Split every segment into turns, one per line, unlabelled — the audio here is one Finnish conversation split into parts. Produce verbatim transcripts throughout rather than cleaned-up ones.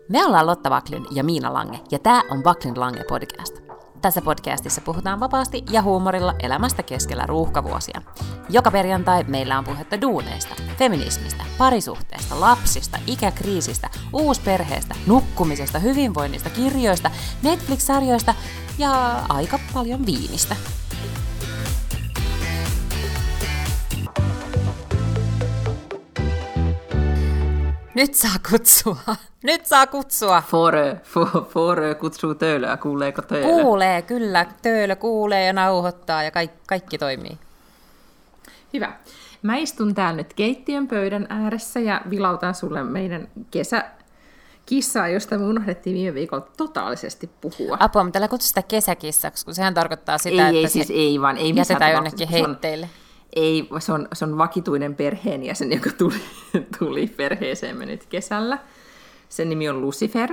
Me ollaan Lotta Wacklund ja Miina Lange, ja tää on Wacklund Lange podcast. Tässä podcastissa puhutaan vapaasti ja huumorilla elämästä keskellä ruuhkavuosia. Joka perjantai meillä on puhetta duuneista, feminismistä, parisuhteesta, lapsista, ikäkriisistä, uusperheestä, nukkumisesta, hyvinvoinnista, kirjoista, Netflix-sarjoista ja aika paljon viinistä. Nyt saa kutsua. Nyt saa kutsua.
Forö, forö kutsuu töölöä. Kuuleeko töölö?
Kuulee, kyllä. Töölö kuulee ja nauhoittaa ja kaikki, kaikki toimii.
Hyvä. Mä istun täällä nyt keittiön pöydän ääressä ja vilautan sulle meidän kesäkissaa, josta me unohdettiin viime viikolla totaalisesti puhua.
Apua, mutta älä kutsu sitä kesäkissaksi, kun sehän tarkoittaa sitä,
ei,
että
ei,
se
siis ei, vaan, ei
jätetään jonnekin heitteille.
Ei, se on, se on vakituinen perheenjäsen, joka tuli, tuli perheeseemme nyt kesällä. Sen nimi on Lucifer.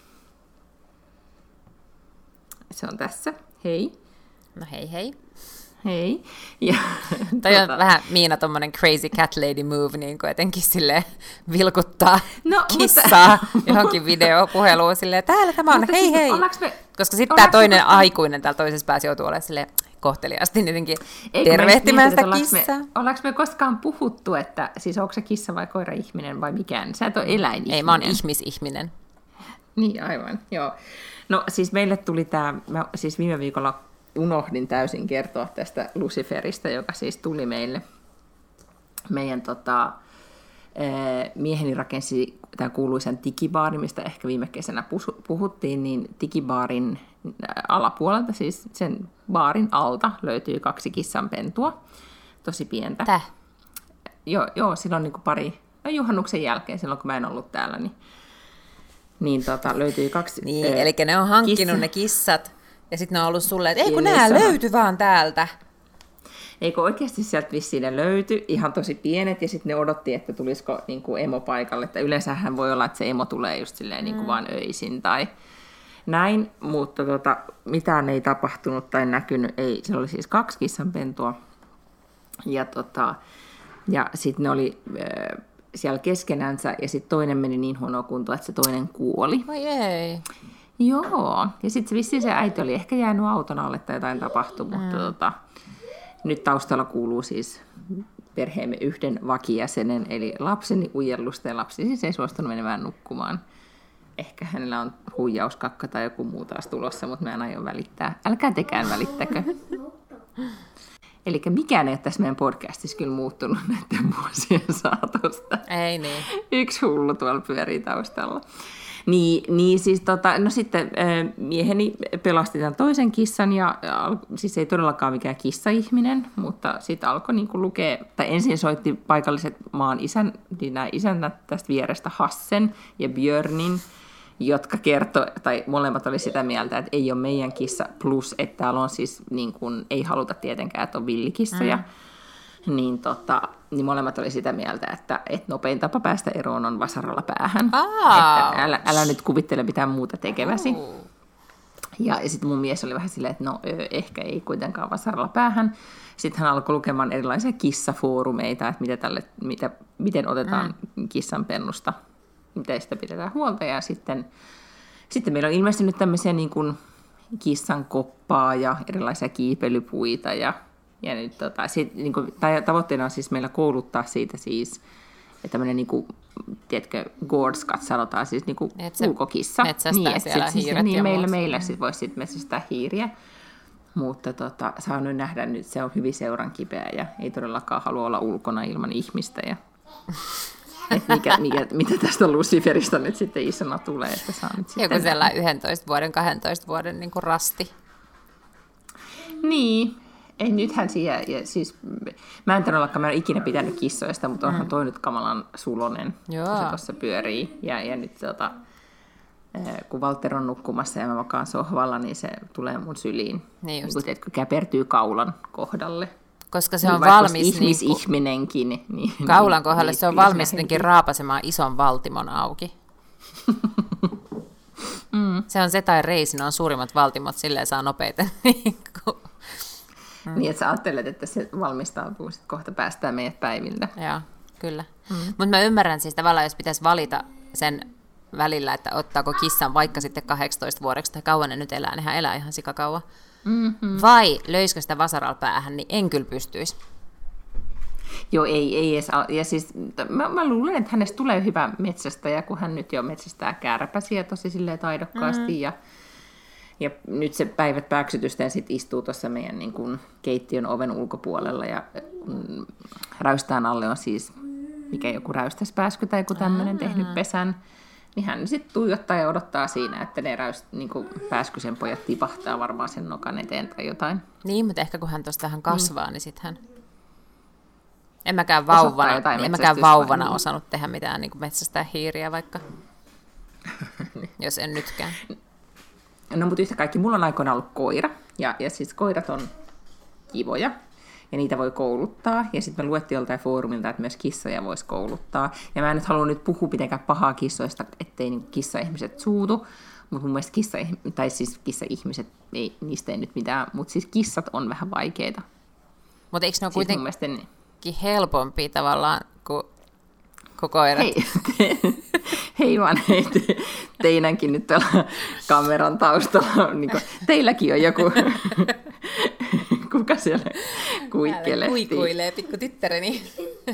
Se on tässä. Hei.
No hei hei.
Hei. Ja,
toi on tuota... vähän Miina tommonen crazy cat lady move, niin kuin etenkin silleen vilkuttaa no, kissaa mutta... johonkin videopuheluun silleen, täällä tämä on, mutta hei siis, hei. Me... Koska sitten tämä toinen me... aikuinen täällä toisessa päässä joutuu olemaan silleen kohteliaasti jotenkin tervehtimään sitä kissaa.
Me, ollaanko me koskaan puhuttu, että siis onko se kissa vai koira-ihminen vai mikään? Sä et ole eläinihminen.
Ei, mä oon ihmisihminen.
Niin, aivan, joo. No siis meille tuli tämä, mä siis viime viikolla unohdin täysin kertoa tästä Luciferista, joka siis tuli meille. Meidän tota, mieheni rakensi tämän kuuluisen digibaarin, mistä ehkä viime kesänä puhuttiin, niin digibaarin alapuolelta, siis sen baarin alta, löytyy kaksi kissanpentua, tosi pientä.
Täh?
Joo, joo silloin niin kuin pari, no juhannuksen jälkeen, silloin kun mä en ollut täällä, niin, niin tota, löytyy kaksi
Niin,
äh,
eli ne on hankkinut kissa. Ne kissat, ja sitten ne on ollut sulle, että ei kun nämä löytyi vaan täältä.
Eikö oikeasti sieltä vissiin ne löytyi, ihan tosi pienet, ja sitten ne odotti, että tulisiko niin kuin emo paikalle. Että yleensähän voi olla, että se emo tulee just silleen niin kuin mm. vaan öisin tai näin, mutta tota, mitään ei tapahtunut tai näkynyt. Ei, siellä oli siis kaksi kissanpentua, ja, tota, ja sitten ne oli äh, siellä keskenänsä, ja sitten toinen meni niin huonoa kuntoa, että se toinen kuoli.
Oi ei.
Joo, ja sitten vissiin se äiti oli ehkä jäänyt auton alle tai jotain tapahtui, mm. mutta tota, nyt taustalla kuuluu siis perheemme yhden vakijäsenen, eli lapseni ujellusta, ja lapsi siis ei suostunut menemään nukkumaan. Ehkä hänellä on huijauskakka tai joku muu taas tulossa, mutta mä en aio välittää. Älkää tekään välittäkö. Eli mikään ei ole tässä meidän podcastissa kyllä muuttunut näiden vuosien saatosta.
Ei niin.
Yksi hullu tuolla pyörii taustalla. Niin, niin siis tota, no sitten äh, mieheni pelasti tämän toisen kissan, ja äh, siis ei todellakaan mikään kissaihminen, mutta sitten alkoi niin kuin lukea, tai ensin soitti paikalliset maan isän, niin nämä isännät tästä vierestä Hassen ja Björnin, jotka kertoi, tai molemmat oli sitä mieltä, että ei ole meidän kissa, plus että täällä on siis, niin kuin, ei haluta tietenkään, että on villikissoja. Mm. Niin, tota, niin molemmat oli sitä mieltä, että, että nopein tapa päästä eroon on vasaralla päähän. Että älä, älä nyt kuvittele mitään muuta tekeväsi. Oh. Ja, ja sitten mun mies oli vähän silleen, että no ehkä ei kuitenkaan vasaralla päähän. Sitten hän alkoi lukemaan erilaisia kissafoorumeita, että mitä tälle, mitä, miten otetaan mm. kissan pennusta, miten sitä pidetään huolta. Ja sitten, sitten meillä on ilmestynyt tämmöisiä niin kuin kissan koppaa ja erilaisia kiipeilypuita ja Ja nyt, tota, sit, niin kuin, tavoitteena on siis meillä kouluttaa siitä siis, että tämmöinen, niin kuin, tiedätkö, Gordskat sanotaan, siis niin kuin ulkokissa.
Metsästää
niin,
siellä
sit,
hiiret
niin,
ja
meillä,
muut.
meillä sit voisi sitten metsästää hiiriä, mutta tota, saa nyt nähdä nyt, se on hyvin seuran kipeä ja ei todellakaan halua olla ulkona ilman ihmistä. Ja, et mikä, mikä, mitä tästä Luciferista nyt sitten isona tulee, että saa nyt sitten...
Joku sellainen yhdentoista vuoden, kahdentoista vuoden niin kuin rasti.
Niin. Ei, nythän siellä, ja siis, mä en todellakaan, mä en ole ikinä pitänyt kissoista, mutta onhan mm. toi nyt kamalan sulonen, Joo. kun se tuossa pyörii. Ja, ja nyt tota, kun Walter on nukkumassa ja mä makaan sohvalla, niin se tulee mun syliin. Niin just. Niin kun käpertyy kaulan kohdalle.
Koska se
niin,
on valmis...
ihmisihminenkin. Niin, niin,
kaulan kohdalle niin, se on valmis jotenkin raapasemaan ison valtimon auki. mm. Se on se tai reisi, ne on suurimmat valtimot, silleen saa nopeiten.
Mm. Niin, että sä ajattelet, että se valmistautuu, sitten kohta päästään meidät päiviltä.
Joo, kyllä. Mm. Mutta mä ymmärrän siis tavallaan, jos pitäisi valita sen välillä, että ottaako kissan vaikka sitten kahdeksantoista vuodeksi tai kauan ne nyt elää, nehän elää ihan sikakauan. Mm-hmm. Vai löysikö sitä vasaralla päähän, niin en kyllä pystyisi.
Joo, ei, ei edes. Ja siis, mä, mä luulen, että hänestä tulee hyvä metsästäjä, kun hän nyt jo metsästää kärpäsiä tosi silleen taidokkaasti. Mm-hmm. Ja, ja nyt se päivät pääksytysten sit istuu tuossa meidän niin kun, keittiön oven ulkopuolella. Ja mm, räystään alle on siis, mikä joku räystäspääsky tai joku tämmöinen mm-hmm. tehnyt pesän. Niin hän sitten tuijottaa ja odottaa siinä, että ne räyst, niin kuin pääskysen pojat tipahtaa varmaan sen nokan eteen tai jotain.
Niin, mutta ehkä kun hän tuosta hän kasvaa, mm. niin sitten hän... En mäkään vauvana, en mäkään vauvana niin. osannut tehdä mitään niin kuin metsästää hiiriä vaikka, jos en nytkään.
No mutta yhtä kaikki, mulla on aikoina ollut koira, ja, ja siis koirat on kivoja. Ja niitä voi kouluttaa. Ja sitten me luettiin joltain foorumilta, että myös kissoja voisi kouluttaa. Ja mä en nyt halua nyt puhua mitenkään pahaa kissoista, ettei niin kissa-ihmiset suutu. Mutta mun mielestä kissa, tai siis kissa-ihmiset, ei, niistä ei nyt mitään. Mutta siis kissat on vähän vaikeita.
Mutta eikö ne ole
siis
kuitenkin mielestä... helpompia tavallaan kuin, kuin koirat?
Hei, te, hei vaan hei, te, teidänkin nyt tuolla kameran taustalla. Niin kuin, teilläkin on joku... Kuka siellä kuikkelee?
Kuikuilee pikku tyttäreni.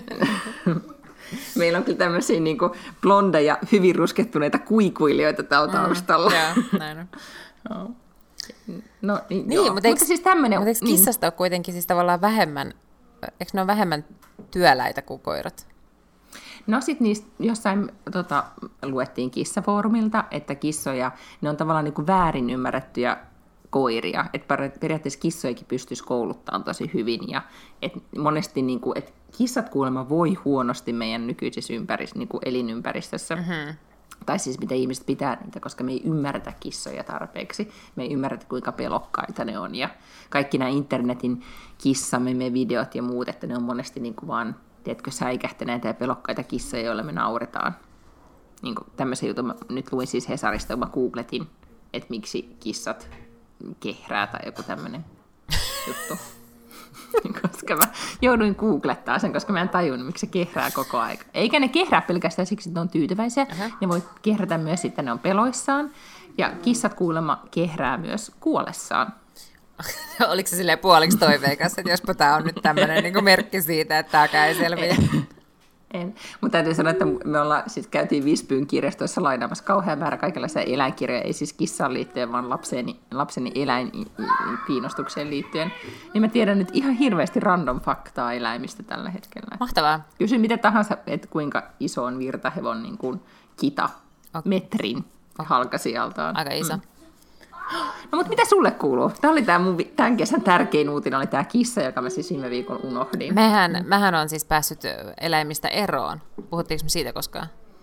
Meillä on kyllä tämmöisiä niin kuin blondeja, hyvin ruskettuneita kuikuilijoita täällä taustalla.
Mm, joo, näin on.
No, no niin,
niin
joo.
mutta eikö,
mutta siis tämmöinen...
Mutta eikö kissasta niin. ole kuitenkin siis tavallaan vähemmän, eikö ne ole vähemmän työläitä kuin koirat?
No sitten niistä jossain tota, luettiin kissafoorumilta, että kissoja, ne on tavallaan niin kuin väärin ymmärrettyjä koiria, että periaatteessa kissojakin pystyisi kouluttamaan tosi hyvin, ja että monesti niin kuin, että kissat kuulemma voi huonosti meidän nykyisessä ympäris, niin kuin elinympäristössä, mm-hmm. tai siis mitä ihmiset pitää niitä, koska me ei ymmärretä kissoja tarpeeksi, me ei ymmärretä kuinka pelokkaita ne on, ja kaikki nämä internetin kissamme, me videot ja muut, että ne on monesti niin kuin vaan, tiedätkö, säikähtäneitä ja pelokkaita kissoja, joille me nauretaan. Niin kuin tämmöisen jutun mä nyt luin siis Hesarista, kun mä googletin, että miksi kissat kehrää tai joku tämmöinen juttu. Koska mä jouduin googlettaa sen, koska mä en tajunnut, miksi se kehrää koko aika. Eikä ne kehrää pelkästään siksi, että ne on tyytyväisiä. Uh-huh. Ne voi kehrätä myös, että ne on peloissaan. Ja kissat kuulemma kehrää myös kuollessaan.
Oliko se silleen puoliksi toiveikas, että jospa tämä on nyt tämmöinen niin kuin merkki siitä, että tämäkään ei selviä?
En. Mutta täytyy sanoa, että me ollaan, siis käytiin Visbyn kirjastoissa lainaamassa kauhean määrä kaikenlaisia eläinkirjoja, ei siis kissaan liittyen, vaan lapseni, lapseni eläinkiinnostukseen liittyen. Niin mä tiedän nyt ihan hirveästi random faktaa eläimistä tällä hetkellä.
Mahtavaa.
Kysy mitä tahansa, että kuinka iso on virtahevon niin kuin kita okay. metrin okay. halkasijaltaan.
Aika iso. Mm.
No mutta mitä sulle kuuluu? Tämä oli tämä mun tämän kesän tärkein uutinen, oli tämä kissa, joka mä siis viime viikon unohdin.
Mehän, mähän on siis päässyt eläimistä eroon. Puhuttiinko me siitä koskaan?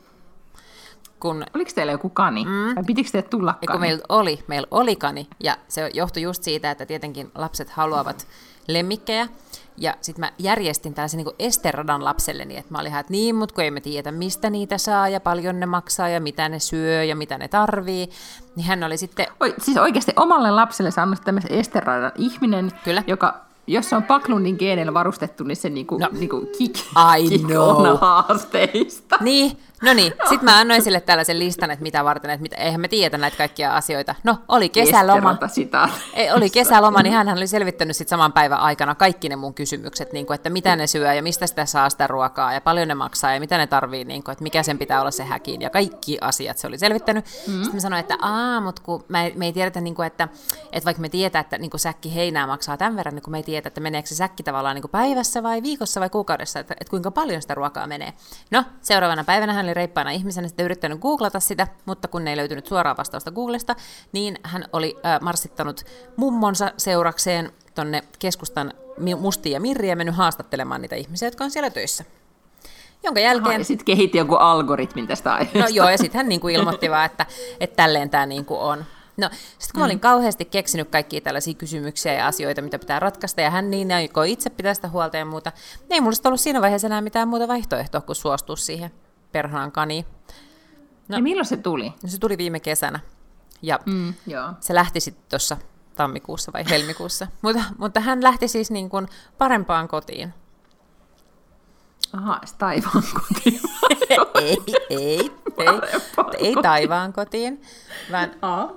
Kun...
Oliko teillä joku kani? Mm. Vai pitikö teille tulla kani?
Kun meillä oli, meillä oli kani, ja se johtui just siitä, että tietenkin lapset haluavat lemmikkejä. Ja sitten mä järjestin tällaisen niin esteradan lapselleni, että mä olin ihan, että niin, mutta kun ei me tiedä, mistä niitä saa ja paljon ne maksaa ja mitä ne syö ja mitä ne tarvii, niin hän oli sitten...
Oi, siis oikeasti omalle lapselle saa tämmöisen esteradan ihminen,
Kyllä.
joka... Jos se on Backlundin geeneillä varustettu, niin se niinku, no. niinku kick, kick
know.
on haasteista.
Niin, no niin. Sitten mä annoin sille tällaisen listan, että mitä varten, että mitä, eihän me tiedä näitä kaikkia asioita. No, oli kesäloma. Ei, oli kesäloma, niin hän oli selvittänyt sit saman päivän aikana kaikki ne mun kysymykset, niin kuin, että mitä ne syö ja mistä sitä saa sitä ruokaa ja paljon ne maksaa ja mitä ne tarvii, niin kuin, että mikä sen pitää olla se häkin ja kaikki asiat se oli selvittänyt. Mm. Sitten mä sanoin, että aa, mutta kun me, me ei tiedetä, niin kuin, että, että vaikka me tietää, että niin kuin säkki heinää maksaa tämän verran, niin kun me ei tiedä, että meneekö se säkki tavallaan niin kuin päivässä vai viikossa vai kuukaudessa, että, että kuinka paljon sitä ruokaa menee. No, seuraavana päivänä hän oli reippaana ihmisenä sitten yrittänyt googlata sitä, mutta kun ei löytynyt suoraa vastausta Googlesta, niin hän oli äh, marssittanut mummonsa seurakseen tonne keskustan Mustiin ja Mirriä ja mennyt haastattelemaan niitä ihmisiä, jotka on siellä töissä. Jonka jälkeen... Aha,
ja sitten kehitti joku algoritmin tästä aiheesta.
No joo, ja sitten hän niin kuin ilmoitti vaan, että, että tälleen tämä niin kuin on. No, sitten kun mä olin kauheasti keksinyt kaikkia tällaisia kysymyksiä ja asioita, mitä pitää ratkaista, ja hän niin aikoi itse pitää sitä huolta ja muuta, niin ei mulla ollut siinä vaiheessa enää mitään muuta vaihtoehtoa kuin suostua siihen perhanan kaniin.
No, ja milloin se tuli?
No, se tuli viime kesänä, ja mm, joo. se lähti sitten tuossa tammikuussa vai helmikuussa, mutta, mutta hän lähti siis niin kuin parempaan kotiin.
Aha, taivaan kotiin.
ei, ei. ei, ei taivaan kotiin, vaan...
Aa.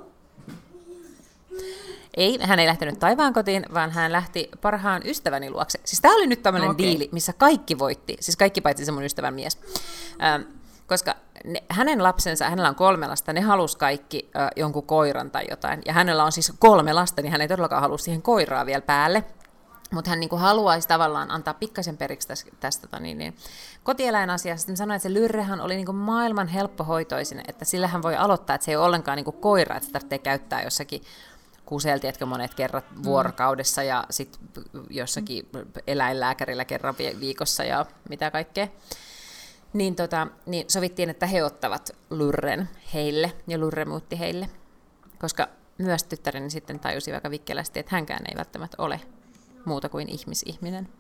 Ei, hän ei lähtenyt taivaan kotiin, vaan hän lähti parhaan ystäväni luokse. Siis tämä oli nyt tämmöinen okay. diili, missä kaikki voitti, siis kaikki paitsi se mun ystävän mies. Ähm, koska ne, hänen lapsensa, hänellä on kolme lasta, ne halusi kaikki äh, jonkun koiran tai jotain. Ja hänellä on siis kolme lasta, niin hän ei todellakaan halua siihen koiraa vielä päälle. Mutta hän niinku haluaisi tavallaan antaa pikkasen periksi tästä, tästä niin, niin, kotieläinasiasta. Sitten sanoi, että se lyrrehän oli niinku maailman helppohoitoisin, että sillä hän voi aloittaa, että se ei ole ollenkaan niinku koira, että se tarvitsee käyttää jossakin kuseltietkä monet kerrat vuorokaudessa ja sitten jossakin eläinlääkärillä kerran viikossa ja mitä kaikkea. Niin, tota, niin sovittiin, että he ottavat lyrren heille ja lyrre muutti heille, koska myös tyttäreni sitten tajusi aika vikkelästi, että hänkään ei välttämättä ole muuta kuin ihmisihminen.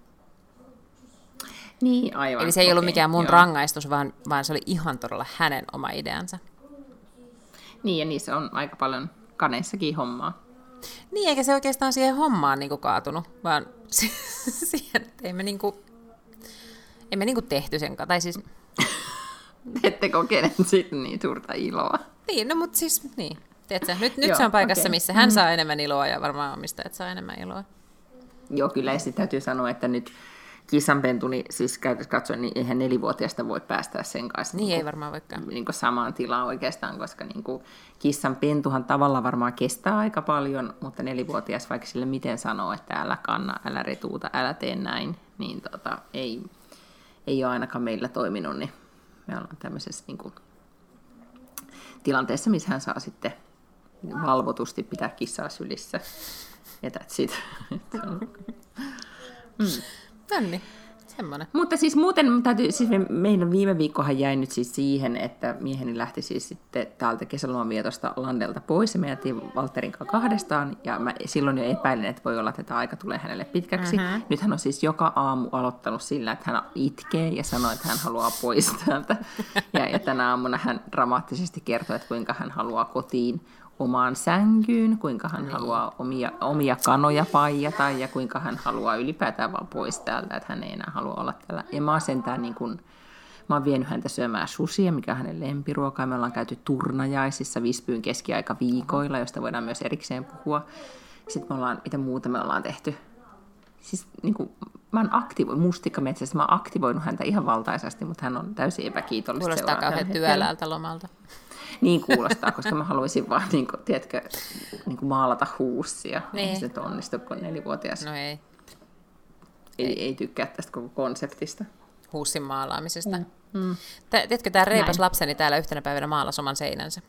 Niin, aivan.
Eli se ei
okay,
ollut mikään mun
joo.
rangaistus, vaan, vaan se oli ihan todella hänen oma ideansa.
Niin, ja niissä on aika paljon kaneissakin hommaa.
Niin, eikä se oikeastaan siihen hommaan niinku kaatunut, vaan siihen, että ei me, niinku, ei me niinku tehty sen kanssa. Tai siis...
Ette kokeneet sitten niin suurta iloa.
Niin, no mutta siis, niin. Tiedätkö, nyt, nyt
Joo,
se on paikassa,
okay.
missä hän saa enemmän iloa ja varmaan omistajat saa enemmän iloa.
Joo, kyllä ja sitten täytyy sanoa, että nyt kissanpentuni, siis käytössä katsoen, niin eihän nelivuotiaasta voi päästää sen kanssa
niin,
niin
ei varmaan voikaan.
Niin samaan tilaan oikeastaan, koska niin kuin kissanpentuhan tavallaan varmaan kestää aika paljon, mutta nelivuotias vaikka sille miten sanoo, että älä kanna, älä retuuta, älä tee näin, niin tota, ei, ei ole ainakaan meillä toiminut, niin me ollaan tämmöisessä niin kuin tilanteessa, missä hän saa sitten valvotusti pitää kissaa sylissä. Ja that's it. mm.
Nonni, semmoinen.
Mutta siis muuten täytyy, siis me, meidän viime viikkohan jäi nyt siis siihen, että mieheni lähti siis sitten täältä kesälomavietosta Landelta pois ja me jätiin Valtterin kanssa kahdestaan ja mä silloin jo epäilin, että voi olla, että tämä aika tulee hänelle pitkäksi. Mm-hmm. Nyt hän on siis joka aamu aloittanut sillä, että hän itkee ja sanoo, että hän haluaa pois täältä. Ja, ja tänä aamuna hän dramaattisesti kertoo, että kuinka hän haluaa kotiin omaan sänkyyn, kuinka hän niin. haluaa omia, omia kanoja paijata ja kuinka hän haluaa ylipäätään vaan pois täältä, että hän ei enää halua olla täällä. Ja mä oon sentään niin kuin, mä oon vienyt häntä syömään sushia, mikä on hänen lempiruokaa. Me ollaan käyty turnajaisissa Visbyyn keskiaikaviikoilla, josta voidaan myös erikseen puhua. Sitten me ollaan, mitä muuta me ollaan tehty. Siis niin kuin, mä oon aktivoinut, mustikkametsässä, mä oon aktivoinut häntä ihan valtaisasti, mutta hän on täysin epäkiitollista.
Kuulostaa kauhean työläältä lomalta.
Niin kuulostaa, koska mä haluaisin vaan, niin kuin, tiedätkö, niin kuin maalata huussia.
Niin.
Ei se onnistu, kun nelivuotias
no ei.
Ei,
ei.
ei tykkää tästä koko konseptista.
Huussin maalaamisesta. Mm.
Mm.
Tiedätkö, tämä reipas
Näin.
lapseni täällä yhtenä päivänä maalasi oman seinänsä.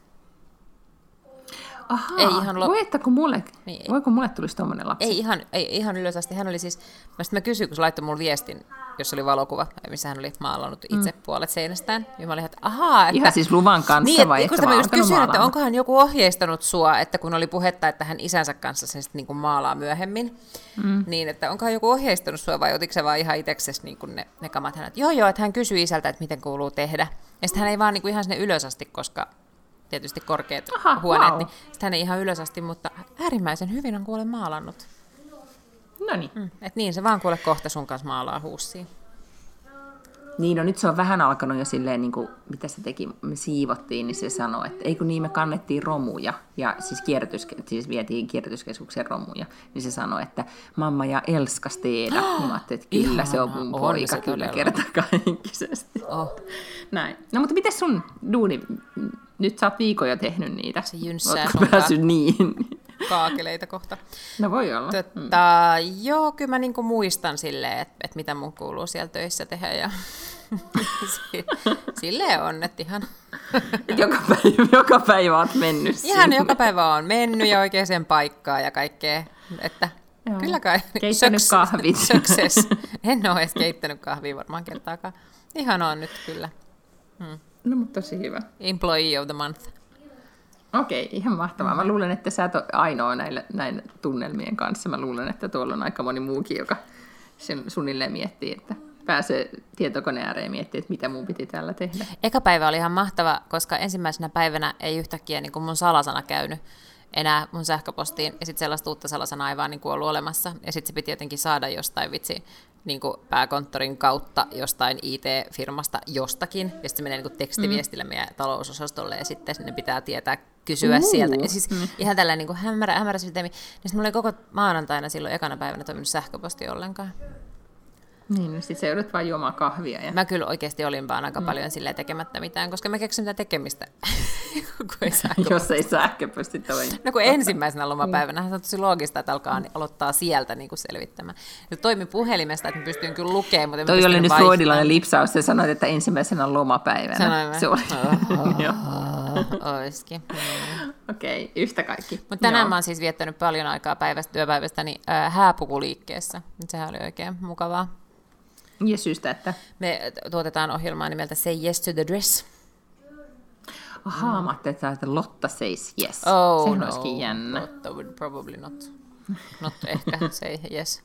Ahaa,
Ei ihan lo-
voi, että kun mulle,
niin,
voiko mulle tulisi tommoinen lapsi?
Ei ihan, ei ihan ylös asti. Hän oli siis, mä, mä kysyin, kun se laittoi mulle viestin, jossa oli valokuva, missä hän oli maalannut itse mm. puolet seinästään. Ja mä olin, että ahaa. Että,
ihan siis luvan kanssa
niin,
vai
että,
että
mä just kysyin,
maalannut?
että onkohan joku ohjeistanut sua, että kun oli puhetta, että hän isänsä kanssa sen sitten niin kuin maalaa myöhemmin, mm. niin että onkohan joku ohjeistanut sua vai otiko se vaan ihan itseksesi niin kuin ne, ne kamat hänet. Joo joo, että hän kysyi isältä, että miten kuuluu tehdä. Ja sitten hän ei vaan niin kuin ihan sinne ylös asti, koska tietysti korkeat
Aha,
huoneet,
wow.
niin sitten hän ei ihan ylös asti, mutta äärimmäisen hyvin on kuule maalannut.
Noniin.
Mm, et niin se vaan kuule kohta sun kanssa maalaa huussiin.
Niin, no nyt se on vähän alkanut jo silleen, niin kuin, mitä se teki, me siivottiin, niin se sanoi, että ei kun niin me kannettiin romuja, ja siis, kierrätys, siis vietiin kierrätyskeskuksen romuja, niin se sanoi, että mamma ja elskas teedä. Oh, mä ajattelin, että kyllä se on mun on poika, kyllä todella. Kertakaikkisesti. Oh. Näin. No mutta miten sun duuni, nyt sä oot viikon jo tehnyt niitä.
Se jynssää
Ootko päässyt niin?
Kaakeleita kohta.
No voi olla.
Tota, mm. Joo, kyllä mä niinku muistan silleen, että et mitä mun kuuluu siellä töissä tehdä. Ja silleen on, että ihan...
joka, päivä, joka päivä oot mennyt
ihan
sinne.
joka päivä on mennyt ja oikeaan paikkaan ja kaikkea. Että joo. Kyllä kai...
Keittänyt kahvit.
Success. En ole edes keittänyt kahvia varmaan kertaakaan. Ihan on nyt kyllä. Hmm.
No mutta tosi hyvä.
Employee of the month.
Okei, ihan mahtavaa. Mä luulen, että sä et ole ainoa näillä, näin tunnelmien kanssa. Mä luulen, että tuolla on aika moni muukin, joka sen suunnilleen miettii, että pääsee tietokoneen ääreen ja miettii, että mitä mun piti täällä tehdä.
Eka päivä oli ihan mahtava, koska ensimmäisenä päivänä ei yhtäkkiä niin kuin mun salasana käynyt enää mun sähköpostiin, ja sitten sellaista uutta salasanaa ei vaan niin kuin ollut olemassa, ja sitten se piti jotenkin saada jostain vitsi niin kuin pääkonttorin kautta jostain I T-firmasta jostakin, ja sitten se menee niin kuin tekstiviestillä mm. meidän talousosastolle, ja sitten ne pitää tietää kysyä uh, sieltä. Ja siis mm. ihan tällainen niin kuin hämärä, hämärä systeemi. Niin sitten mulla ei koko maanantaina silloin ekana päivänä toiminut sähköposti ollenkaan.
Niin, no sit sä joudut vaan juomaan kahvia. Ja...
Mä kyllä oikeasti olin vaan aika mm. paljon silleen tekemättä mitään, koska mä keksin mitään tekemistä. ei
Jos ei sähköposti toimi.
No kun ensimmäisenä lomapäivänä se on tosi loogista, että alkaa aloittaa sieltä niin kuin selvittämään. Se toimi puhelimesta, että mä pystyin kyllä lukemaan, mutta
toi oli nyt freudilainen lipsaus, ja sanoit, että ensimmäisenä lomapäivänä.
Sanoin
se oli.
Oiskin.
Okei, okay, yhtä kaikki.
Mutta tänään Joo. mä oon siis viettänyt paljon aikaa päivästä, työpäivästäni äh, hääpukuliikkeessä. Sehän oli oikein mukavaa.
Ja syystä, että...
Me tuotetaan ohjelmaa nimeltä Say Yes to the Dress.
Ahaa, mm. mä ajattelin, että Lotta says yes.
Oh,
Sehän
no.
olisikin jännä.
Lotta would probably not. Not ehkä say yes.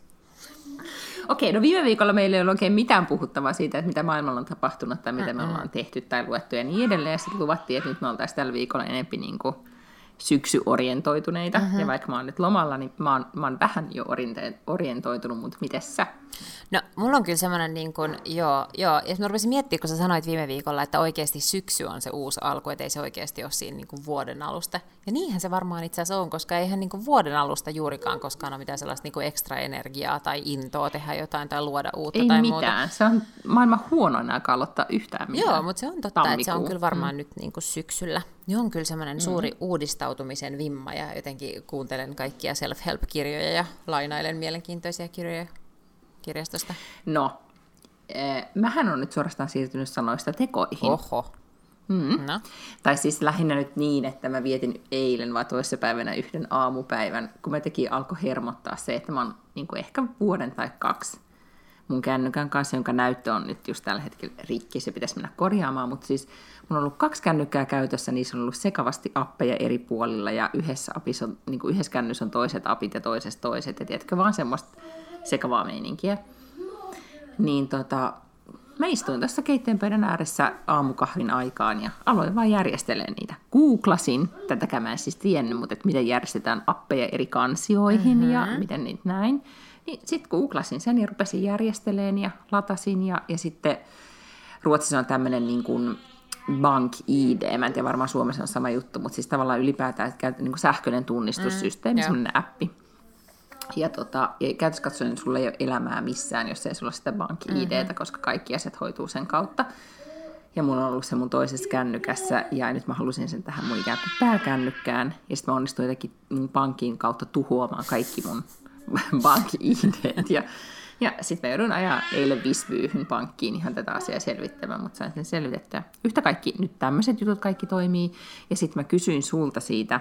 Okei, no viime viikolla meillä ei ollut oikein mitään puhuttavaa siitä, että mitä maailmalla on tapahtunut tai mitä Mm-mm. me ollaan tehty tai luettu ja niin edelleen. Ja sitten luvattiin, että nyt me oltaisiin tällä viikolla enemmän niin kuin syksyorientoituneita. Mm-hmm. Ja vaikka mä oon nyt lomalla, niin mä oon, mä oon vähän jo orientoitunut, mutta mites sä?
No, mulla on kyllä semmoinen, niin kuin, joo, joo, ja mä rupesin miettimään, kun sä sanoit viime viikolla, että oikeasti syksy on se uusi alku, että ei se oikeasti ole siinä niin kuin vuoden alusta. Ja niinhän se varmaan itse asiassa on, koska eihän niin kuin vuoden alusta juurikaan koskaan ole mitään sellaista niin kuin ekstra energiaa tai intoa tehdä jotain tai luoda uutta
ei
tai
mitään.
muuta.
Ei mitään, se on maailman huonoin aika aloittaa yhtään mitään.
Joo, mutta se on totta,
Tammikuu.
Että se on kyllä varmaan mm. nyt niin kuin syksyllä. Niin on kyllä semmoinen
mm.
suuri uudistautumisen vimma ja jotenkin kuuntelen kaikkia self-help-kirjoja ja lainailen mielenkiintoisia kirjoja kirjastosta.
No, äh, mähän on nyt suorastaan siirtynyt sanoista tekoihin.
Oho.
Mm.
No.
Tai siis lähinnä nyt niin, että mä vietin eilen vai toissapäivänä yhden aamupäivän, kun mä tekin alkoi hermottaa se, että mä oon niin kuin ehkä vuoden tai kaksi mun kännykän kanssa, jonka näyttö on nyt just tällä hetkellä rikki, se pitäisi mennä korjaamaan, mutta siis mun on ollut kaksi kännykkää käytössä, niissä on ollut sekavasti appeja eri puolilla ja yhdessä, apissa on, niin kuin yhdessä kännyssä on toiset apit ja toisessa toiset, ja tiedätkö, vaan semmoista sekavaa meininkiä. Niin tota, mä istuin tuossa keittiönpöydän ääressä aamukahvin aikaan ja aloin vaan järjestelemään niitä. Googlasin, tätäkään mä en siis tiennyt, mutta että miten järjestetään appeja eri kansioihin mm-hmm. ja miten niitä näin. Niin sitten googlasin sen ja rupesin järjestelemään ja latasin ja, ja sitten Ruotsissa on tämmöinen niin kuin Bank-I D, mä en tiedä, varmaan Suomessa on sama juttu, mutta siis tavallaan ylipäätään että niin kuin sähköinen tunnistussysteemi, mm, semmoinen appi. Ja, tota, ja käytössä katsoen, niin sulla ei ole elämää missään, jos ei sulla ole sitä Bank-I D:tä, mm-hmm. koska kaikki asiat hoituu sen kautta. Ja mulla on ollut se mun toisessa kännykässä, ja nyt mä halusin sen tähän mun ikään kuin pääkännykkään. Ja sitten mä onnistuin jotenkin mun pankin kautta tuhoamaan kaikki mun Bank-I D:t. Ja, ja sitten mä joudun ajaa eilen Visbyyhyn pankkiin ihan tätä asiaa selvittämään, mutta sain sen selvitettyä. Yhtä kaikki, nyt tämmöiset jutut kaikki toimii. Ja sitten mä kysyin sulta siitä,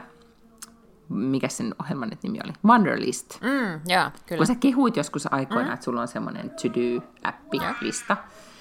mikä sen ohjelman nyt nimi oli? Wunderlist.
Mm, joo, kyllä.
Kun sä kehuit joskus aikoina, mm. että sulla on semmoinen to-do-appi-lista.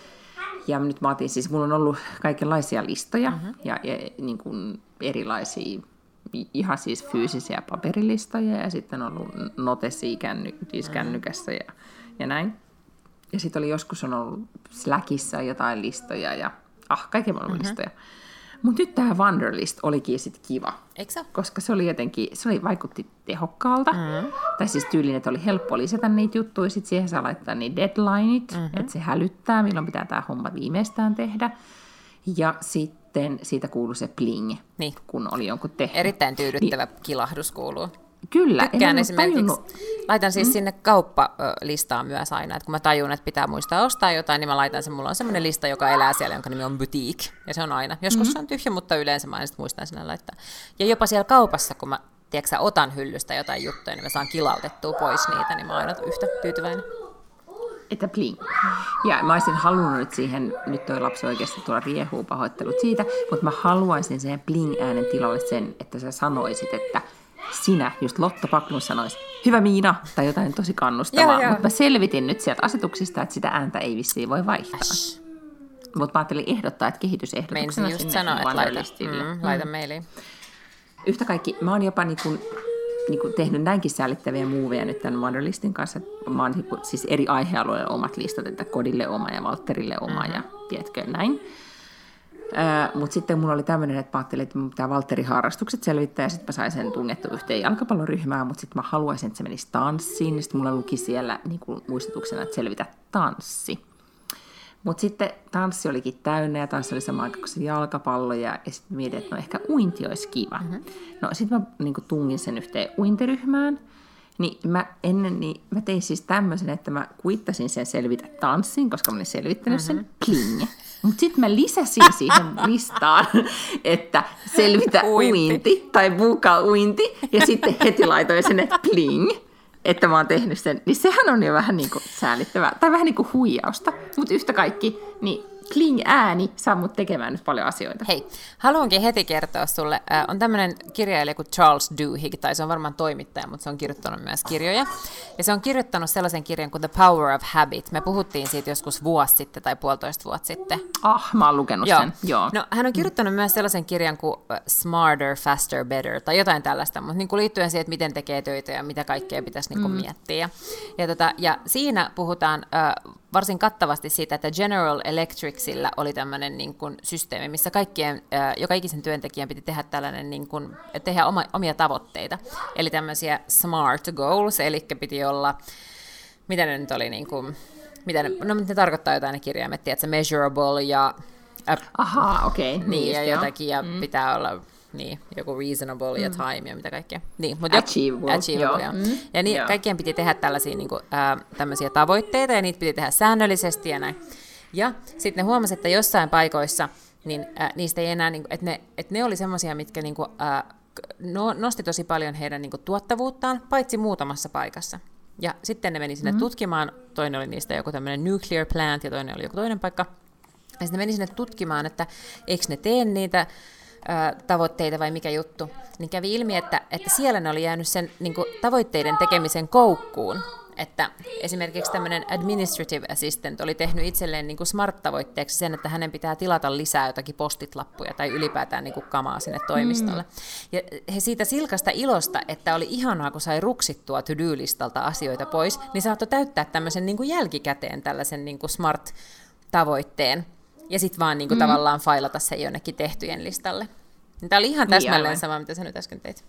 Ja nyt mä otin, siis mulla on ollut kaikenlaisia listoja mm-hmm. ja, ja niin kuin erilaisia, ihan siis fyysisiä paperilistoja ja sitten on ollut notesia känny, siis mm-hmm. kännykässä ja, ja näin. Ja sitten oli joskus on ollut Slackissa jotain listoja ja ah, kaiken maailman mm-hmm. listoja. Mutta nyt tämä Wunderlist olikin sitten kiva.
Eikö se?
Koska se oli jotenkin, se oli, vaikutti tehokkaalta. Mm-hmm. Tai siis tyylin, että oli helppo lisätä niitä juttuja. Sitten siihen saa laittaa niin deadlineit, mm-hmm. että se hälyttää, milloin pitää tämä homma viimeistään tehdä. Ja sitten siitä kuului se pling,
niin.
kun oli jonkun tehnyt.
Erittäin tyydyttävä niin. kilahdus kuuluu.
Kyllä.
Tykkään esimerkiksi, tajunnut. Laitan siis mm. sinne kauppalistaan myös aina, että kun mä tajun, että pitää muistaa ostaa jotain, niin mä laitan sen, mulla on semmoinen lista, joka elää siellä, jonka nimi on Boutique, ja se on aina. Joskus mm. se on tyhjä, mutta yleensä mä aina muistan sinne laittaa. Ja jopa siellä kaupassa, kun mä, tiedätkö, otan hyllystä jotain juttuja, niin mä saan kilautettua pois niitä, niin mä oon aina yhtä tyytyväinen.
Että pling. Ja mä olisin halunnut nyt siihen, nyt toi lapsi oikeasti tuolla riehuu, pahoittelut siitä, mutta mä haluaisin siihen pling-äänen tilalle sen, että sä sanoisit, että sinä, just Lotta Backlund sanoisi, hyvä Miina, tai jotain tosi kannustavaa. Mutta mä selvitin nyt sieltä asetuksista, että sitä ääntä ei vissiin voi vaihtaa. Mutta mä ajattelin ehdottaa, että kehitysehdotuksena
just
sinne
sanoa, että laita,
mm,
mm, laita mailiin.
Yhtä kaikki, mä oon jopa niin kuin, niin kuin tehnyt näinkin säälittäviä muuveja nyt tämän Wunderlistin kanssa. Mä oon niin kuin, siis eri aihealueille omat listat, että Kodille oma ja Valtterille oma mm-hmm. ja tiedätkö näin. Äh, Mutta sitten mulla oli tämmöinen, että mä ajattelin, että mun pitää Valtterin harrastukset selvittää, ja sitten mä sain sen tunnettu yhteen jalkapalloryhmään, mutta sitten mä haluaisin, että se menisi tanssiin, ja sitten mulla luki siellä niin kuin muistutuksena, että selvitä tanssi. Mutta sitten tanssi olikin täynnä, ja tanssi oli sama aika kuin se jalkapallo, ja, ja sitten mietin, että no ehkä uinti olisi kiva. Mm-hmm. No sitten mä niin kuin tungin sen yhteen uintiryhmään, niin mä ennen niin mä tein siis tämmöisen, että mä kuittasin sen selvitä tanssiin, koska mä olin selvittänyt mm-hmm. sen kling. Mutta sitten mä lisäsin siihen listaan, että selvitä uinti, uinti tai buka uinti, ja sitten heti laitoin sinne pling, että mä oon tehnyt sen. Niin sehän on jo vähän niin kuin säälittävää, tai vähän niin kuin huijausta, mutta yhtä kaikki, niin Kling-ääni saa mut tekemään nyt paljon asioita.
Hei, haluankin heti kertoa sulle. Äh, on tämmöinen kirjailija kuin Charles Duhigg, tai se on varmaan toimittaja, mutta se on kirjoittanut myös kirjoja. Ja se on kirjoittanut sellaisen kirjan kuin The Power of Habit. Me puhuttiin siitä joskus vuosi sitten tai puolitoista vuotta sitten.
Ah, mä oon lukenut
Joo.
sen. Joo.
No, hän on kirjoittanut mm. myös sellaisen kirjan kuin Smarter, Faster, Better, tai jotain tällaista, mutta niin kuin liittyen siihen, että miten tekee töitä ja mitä kaikkea pitäisi niin kuin mm. miettiä. Ja, ja, tota, ja siinä puhutaan äh, varsin kattavasti siitä, että General Electricillä oli tämmöinen niin kuin systeemi, missä kaikkien, äh, joka ikisen työntekijän piti tehdä tällainen, niin kuin, tehdä oma, omia tavoitteita. Eli tämmöisiä smart goals, eli piti olla, mitä ne nyt oli, niin kuin, mitä ne, no ne tarkoittaa jotain ne kirjaimet, että measurable ja... Äh,
Ahaa, okei. Okay.
Niin, ja jotakin, ja mm. pitää olla... Niin, joku reasonable ja time ja mitä kaikkea. Niin, mutta
achievable.
achievable joo. Mm. Ja niin, kaikkien piti tehdä tällaisia niin kuin, ää, tämmöisiä tavoitteita, ja niitä piti tehdä säännöllisesti ja näin. Ja sitten ne huomasi, että jossain paikoissa niin, ää, niistä ei enää, niin kuin, että, ne, että ne oli semmoisia, mitkä niin kuin, ää, no, nosti tosi paljon heidän niin kuin, tuottavuuttaan, paitsi muutamassa paikassa. Ja sitten ne meni sinne mm. tutkimaan, toinen oli niistä joku tämmöinen nuclear plant, ja toinen oli joku toinen paikka. Ja sitten ne meni sinne tutkimaan, että eikö ne tee niitä tavoitteita vai mikä juttu, niin kävi ilmi, että, että siellä ne oli jäänyt sen niin kuin, tavoitteiden tekemisen koukkuun. Että esimerkiksi tämmöinen administrative assistant oli tehnyt itselleen niin kuin smart-tavoitteeksi sen, että hänen pitää tilata lisää jotakin postitlappuja tai ylipäätään niin kuin kamaa sinne toimistolle. Mm. Ja he siitä silkasta ilosta, että oli ihanaa, kun sai ruksittua to-do-listalta asioita pois, niin saattoi täyttää tämmöisen niin kuin jälkikäteen tällaisen niin kuin smart-tavoitteen. Ja sitten vaan niinku mm. tavallaan failata se jonnekin tehtyjen listalle. Tämä oli ihan täsmälleen niin, sama, mitä sä nyt äsken teit.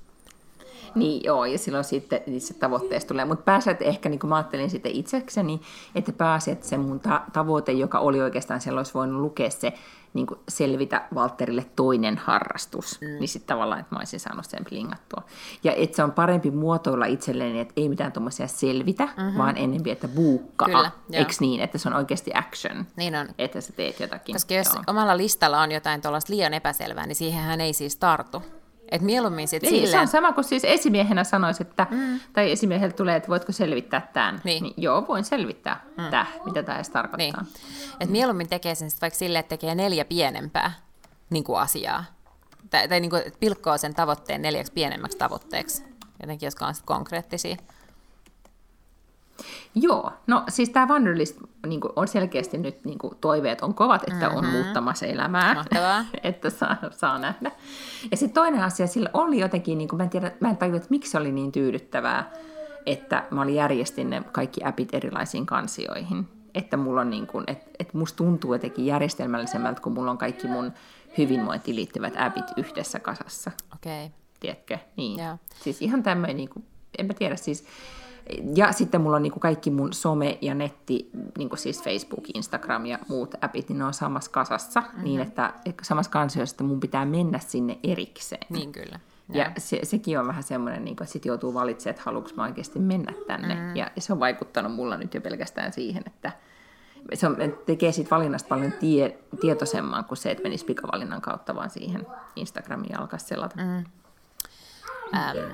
Niin joo, ja silloin sitten niissä tavoitteista tulee. Mutta pääset ehkä, niin kuin mä ajattelin sitten itsekseni, että pääset se mun ta- tavoite, joka oli oikeastaan siellä, olisi voinut lukea se niin kuin selvitä Valtterille toinen harrastus. Mm. Niin sitten tavallaan, että mä olisin saanut sen plingattua. Ja että se on parempi muotoilla itselleen, että ei mitään tuommoisia selvitä, mm-hmm. vaan ennemmin, että buukkaa. Eikö niin, että se on oikeasti action,
niin on.
Että sä teet jotakin.
Koska jos
joo.
omalla listalla on jotain tuollaista liian epäselvää, niin siihenhän ei siis tartu. Että mieluummin sitten
silleen... Se on sama kuin siis esimiehenä sanoisi, että, mm. tai esimiehelle tulee, että voitko selvittää tämän. Niin. Niin, joo, voin selvittää mm. tämä, mitä tämä edes tarkoittaa. Niin.
Että mieluummin tekee sen vaikka silleen, että tekee neljä pienempää niin kuin asiaa. Tai, tai niin kuin, että pilkkoo sen tavoitteen neljäksi pienemmäksi tavoitteeksi. Jotenkin, jotka on sitten konkreettisia.
Joo, no siis tämä Wanderlist niin on selkeästi nyt niin kuin, toiveet on kovat, että mm-hmm. on muuttamassa elämää,
Mahtavaa.
että saa, saa nähdä. Ja sitten toinen asia, sillä oli jotenkin, niin kuin, mä en tiedä, mä en tajua, että miksi se oli niin tyydyttävää, että mä olin järjestin ne kaikki appit erilaisiin kansioihin. Että mulla on niin kuin, että, että musta tuntuu jotenkin järjestelmällisemmältä, kun mulla on kaikki mun hyvinvointiin liittyvät appit yhdessä kasassa.
Okei. Okay.
Tiedätkö? Niin.
Yeah.
Siis ihan tämmöinen, niin kuin, en mä tiedä, siis... Ja sitten mulla on niin kuin kaikki mun some ja netti, niin kuin siis Facebook, Instagram ja muut appit, niin ne on samassa kasassa, mm-hmm. niin että samassa kansiossa, että mun pitää mennä sinne erikseen.
Niin kyllä.
Ja, ja se, sekin on vähän semmoinen, niin kuin, että sit joutuu valitsemaan, että haluanko mä oikeasti mennä tänne. Mm-hmm. Ja, ja se on vaikuttanut mulla nyt jo pelkästään siihen, että se on, tekee siitä valinnasta paljon tie, tietoisemman kuin se, että menisi pikavalinnan kautta vaan siihen Instagramiin ja alkaisi selata. Mm-hmm.
Ähm.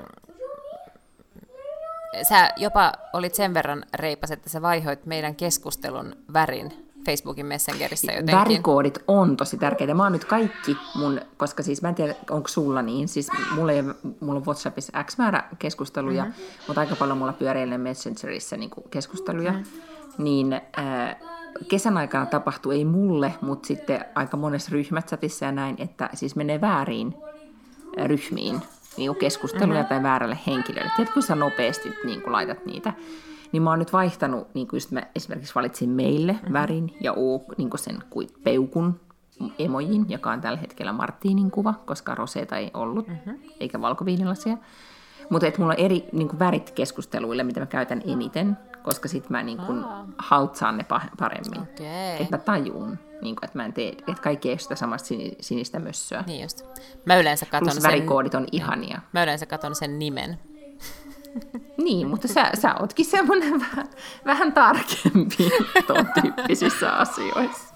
Sä jopa olit sen verran reipas, että sä vaihoit meidän keskustelun värin Facebookin Messengerissä jotenkin.
Värikoodit on tosi tärkeitä. Mä oon nyt kaikki mun, koska siis mä en tiedä, onko sulla niin, siis mulla, ei, mulla on WhatsAppissa X määrä keskusteluja, mm-hmm. mutta aika paljon mulla pyöreilee Messengerissä niin keskusteluja, mm-hmm. niin äh, kesän aikana tapahtuu, ei mulle, mutta sitten aika monessa ryhmächatissa ja näin, että siis menee vääriin ryhmiin. Niin keskusteluja mm-hmm. tai väärälle henkilölle. Tiedätkö, kun sä nopeasti niin kun laitat niitä, niin mä oon nyt vaihtanut, niin kuin just mä esimerkiksi valitsin meille mm-hmm. värin ja O, niin kuin sen kuin peukun emojin, joka on tällä hetkellä Martinin kuva, koska roseeta ei ollut, mm-hmm. eikä valkoviinilasia. Mutta että mulla on eri niin kuin värit keskusteluille, mitä mä käytän eniten, koska sit mä niin kuin haltsaan ne paremmin.
Okay.
Että mä tajuun, niin kuin, että mä en tee, että kaikki ei ole sitä samasta sinistä mössöä.
Niin just. Mä yleensä katon
Plus
sen...
värikoodit on ihania.
Mä yleensä katon sen nimen.
Niin, mutta sä, sä ootkin semmoinen vähän, vähän tarkempi tuon tyyppisissä asioissa.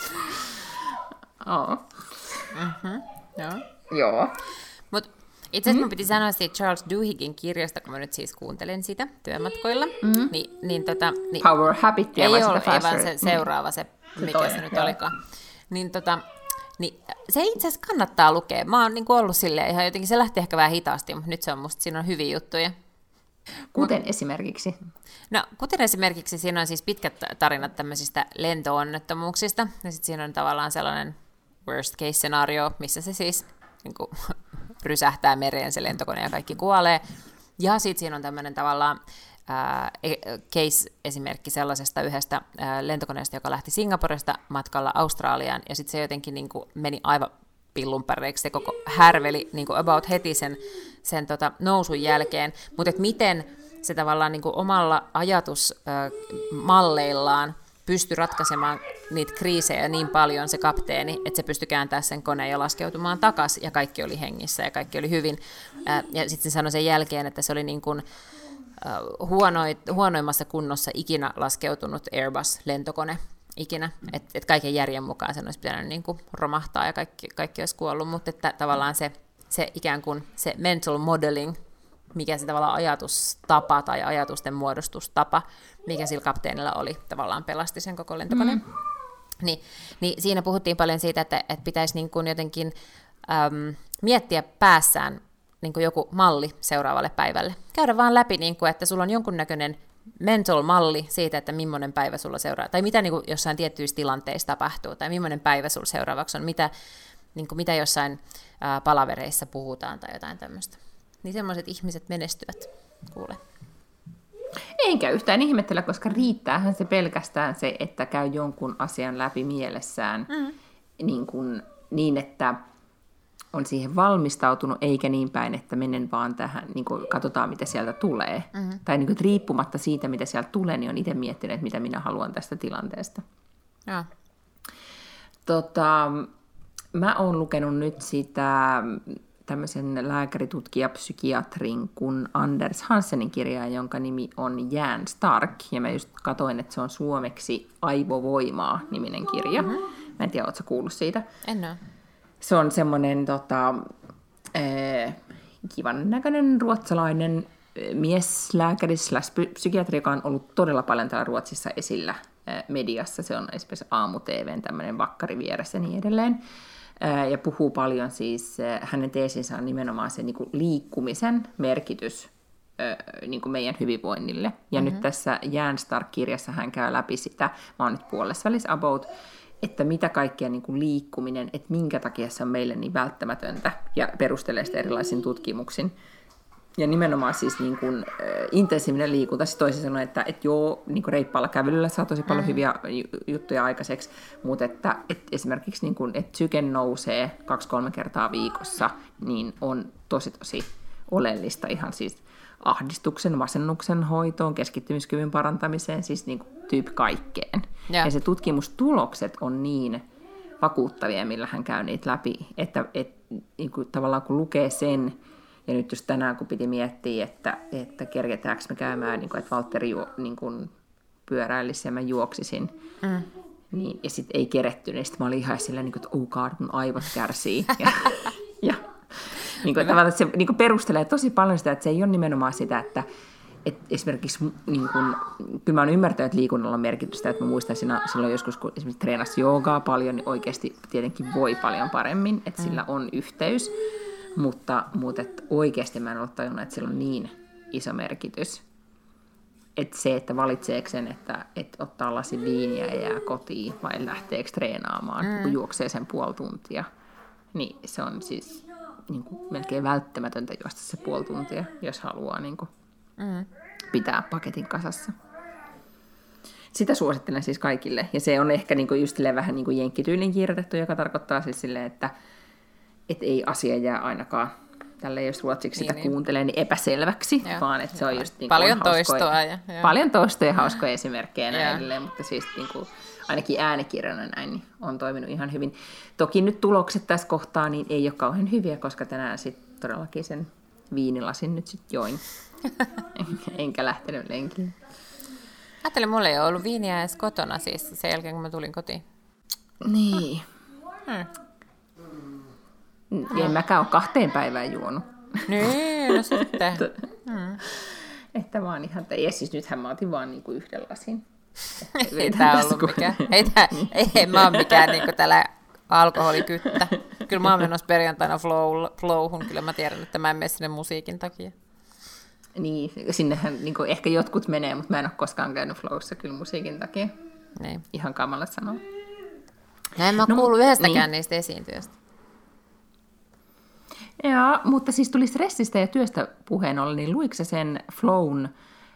Oh.
Mm-hmm. Joo.
Joo.
Mut itse asiassa mm. mun piti sanoa siitä Charles Duhiggin kirjasta, kun mä nyt siis kuuntelen sitä työmatkoilla.
Mm.
Niin, niin tota, niin,
Power Habitia vai sitä
Faster? Ei vaan se seuraava, se,
se
mikä
toinen,
se nyt
joo.
olikaan. Niin, tota, niin se itse asiassa kannattaa lukea. Mä oon niin kuin ollut silleen ihan jotenkin, se lähti ehkä vähän hitaasti, mutta nyt se on musta, siinä on hyviä juttuja.
Kuten Mut, esimerkiksi?
No, kuten esimerkiksi siinä on siis pitkät tarinat tämmöisistä lento-onnettomuuksista, ja sitten siinä on tavallaan sellainen worst case scenario, missä se siis niin kuin, rysähtää mereen se lentokone ja kaikki kuolee. Ja sitten siinä on tämmöinen tavallaan ää, case-esimerkki sellaisesta yhdestä ää, lentokoneesta, joka lähti Singaporesta matkalla Australiaan, ja sitten se jotenkin niin kuin, meni aivan pillunpäreiksi, se koko härveli niin kuin about heti sen, sen tota, nousun jälkeen, mutta et miten se tavallaan niin kuin omalla ajatusmalleillaan pystyi ratkaisemaan niitä kriisejä niin paljon se kapteeni, että se pystyi kääntämään sen koneen ja laskeutumaan takaisin, ja kaikki oli hengissä ja kaikki oli hyvin. Ja sitten se sanoi sen jälkeen, että se oli niin kuin huonoit, huonoimmassa kunnossa ikinä laskeutunut Airbus-lentokone ikinä, että et kaiken järjen mukaan sen olisi pitänyt niin kuin romahtaa ja kaikki, kaikki olisi kuollut, mutta että tavallaan se, se ikään kuin se mental modeling, mikä se tavallaan ajatustapa tai ajatusten muodostustapa, mikä sillä kapteenilla oli, tavallaan pelasti sen koko lentokoneen. Mm. Ni, niin siinä puhuttiin paljon siitä, että, että pitäisi niin kuin jotenkin äm, miettiä päässään niin kuin joku malli seuraavalle päivälle. Käydä vaan läpi, niin kuin, että sulla on jonkunnäköinen mental malli siitä, että millainen päivä sulla seuraa, tai mitä niin kuin jossain tiettyissä tilanteissa tapahtuu, tai millainen päivä sulla seuraavaksi on, mitä, niin kuin, mitä jossain ää, palavereissa puhutaan tai jotain tämmöistä. Niin semmoiset ihmiset menestyvät, kuule.
Enkä yhtään ihmettellä, koska riittäähän se pelkästään se, että käy jonkun asian läpi mielessään mm. niin, kuin, niin, että on siihen valmistautunut, eikä niin päin, että menen vaan tähän, niin kuin katsotaan, mitä sieltä tulee. Mm-hmm. Tai niin kuin, riippumatta siitä, mitä sieltä tulee, niin on itse miettinyt, mitä minä haluan tästä tilanteesta.
Ja.
Tota, mä oon lukenut nyt sitä tämmöisen lääkäritutkija-psykiatrin kuin Anders Hansenin kirjaa, jonka nimi on Jan Stark, ja mä just katsoin, että se on suomeksi Aivovoimaa -niminen kirja. Mm-hmm. Mä en tiedä, ootko sä kuullut siitä?
En ole.
Se on semmoinen tota, eh, kivan näköinen ruotsalainen mieslääkäri slash psykiatri, joka on ollut todella paljon täällä Ruotsissa esillä eh, mediassa. Se on esimerkiksi Aamu-T V:n tämmöinen vakkari vieressä ja niin edelleen. Eh, ja puhuu paljon siis, eh, hänen teesinsä on nimenomaan se niin kuin liikkumisen merkitys eh, niin kuin meidän hyvinvoinnille. Ja mm-hmm. nyt tässä Jan Stark-kirjassa hän käy läpi sitä, mä oon nyt puolessa välissä about, että mitä kaikkea niin kuin liikkuminen, että minkä takia se on meille niin välttämätöntä, ja perustelee sitä erilaisin tutkimuksin. Ja nimenomaan siis niin kuin, äh, intensiivinen liikunta, siis toisin sanoen, että et joo, niin kuin reippaalla kävelyllä saa tosi paljon mm. hyviä juttuja aikaiseksi, mutta että et esimerkiksi niin kuin, että psyke nousee kaksi-kolme kertaa viikossa, niin on tosi tosi oleellista ihan siis ahdistuksen, masennuksen hoitoon, keskittymiskyvyn parantamiseen, siis niin kuin tyyppi kaikkeen. Ja. ja se tutkimustulokset on niin vakuuttavia, millä hän käy niitä läpi, että et, niin kuin tavallaan kun lukee sen, ja nyt just tänään kun piti miettiä, että, että kergetäänkö me käymään, niin kuin, että Valtteri juo, niin kuin pyöräilisi ja mä juoksisin, mm. niin, ja sitten ei keretty, niin sitten mä olin ihan silleen, niin kuin, että oh god, mun aivot kärsii. ja, ja niin kuin, tavallaan, että se niin kuin perustelee tosi paljon sitä, että se ei ole nimenomaan sitä, että et esimerkiksi, niin kun, kyllä mä oon ymmärtänyt, että liikunnalla on merkitystä, että mä muistan siinä, silloin joskus, kun esimerkiksi treenasi joogaa paljon, niin oikeasti tietenkin voi paljon paremmin, että mm. sillä on yhteys, mutta, mutta että oikeasti mä en ole tajunnut, että sillä on niin iso merkitys, että se, että valitseeko sen, että, että ottaa lasin viiniä ja jää kotiin vai lähteekö treenaamaan, mm. kun juoksee sen puoli tuntia, niin se on siis niin kuin melkein välttämätöntä juosta se puoli tuntia, jos haluaa niin kuin Mm. pitää paketin kasassa. sitä suosittelen siis kaikille. Ja se on ehkä niinku just vähän niin kuin jenkkityylin kirjoitettu, joka tarkoittaa siis silleen, että et ei asia jää ainakaan tälleen, jos ruotsiksi niin, sitä niin. kuuntelee, niin epäselväksi, ja, vaan että se on just niin
paljon
hauskoja,
toistoa. Ja, ja.
Paljon toistoja ja hauskoja esimerkkejä näin edelleen, mutta siis niin kuin, ainakin äänikirjana näin niin on toiminut ihan hyvin. Toki nyt tulokset tässä kohtaa niin ei ole kauhean hyviä, koska tänään sitten todellakin sen viinilasin nyt sitten join, enkä lähtenyt lenkille.
Ajattelin, mulla ei ole ollut viiniä edes kotona siis sen jälkeen, kun mä tulin kotiin.
Niin.
Hmm.
En mäkään ole kahteen päivään juonut.
Niin, no sitten.
Hmm. Että mä oon ihan, ja siis nythän mä otin vaan niinku yhden lasin.
Ei tää ollut mikään, ei, tää, ei, ei mä oon mikään niinku tällä alkoholikyttä. Kyllä mä oon menossa perjantaina flow, flowhun, kyllä mä tiedän, että mä en mene sinne musiikin takia.
Niin, sinnehän niin kuin, ehkä jotkut menee, mutta mä en ole koskaan käynyt flowssa kyllä musiikin takia.
Niin.
Ihan kamala sanoa.
No en mä
no,
kuullut yhdestäkään
niin.
niistä esiintyjistä.
Joo, mutta siis tuli stressistä ja työstä puheen ollen, niin luitko sä sen Flown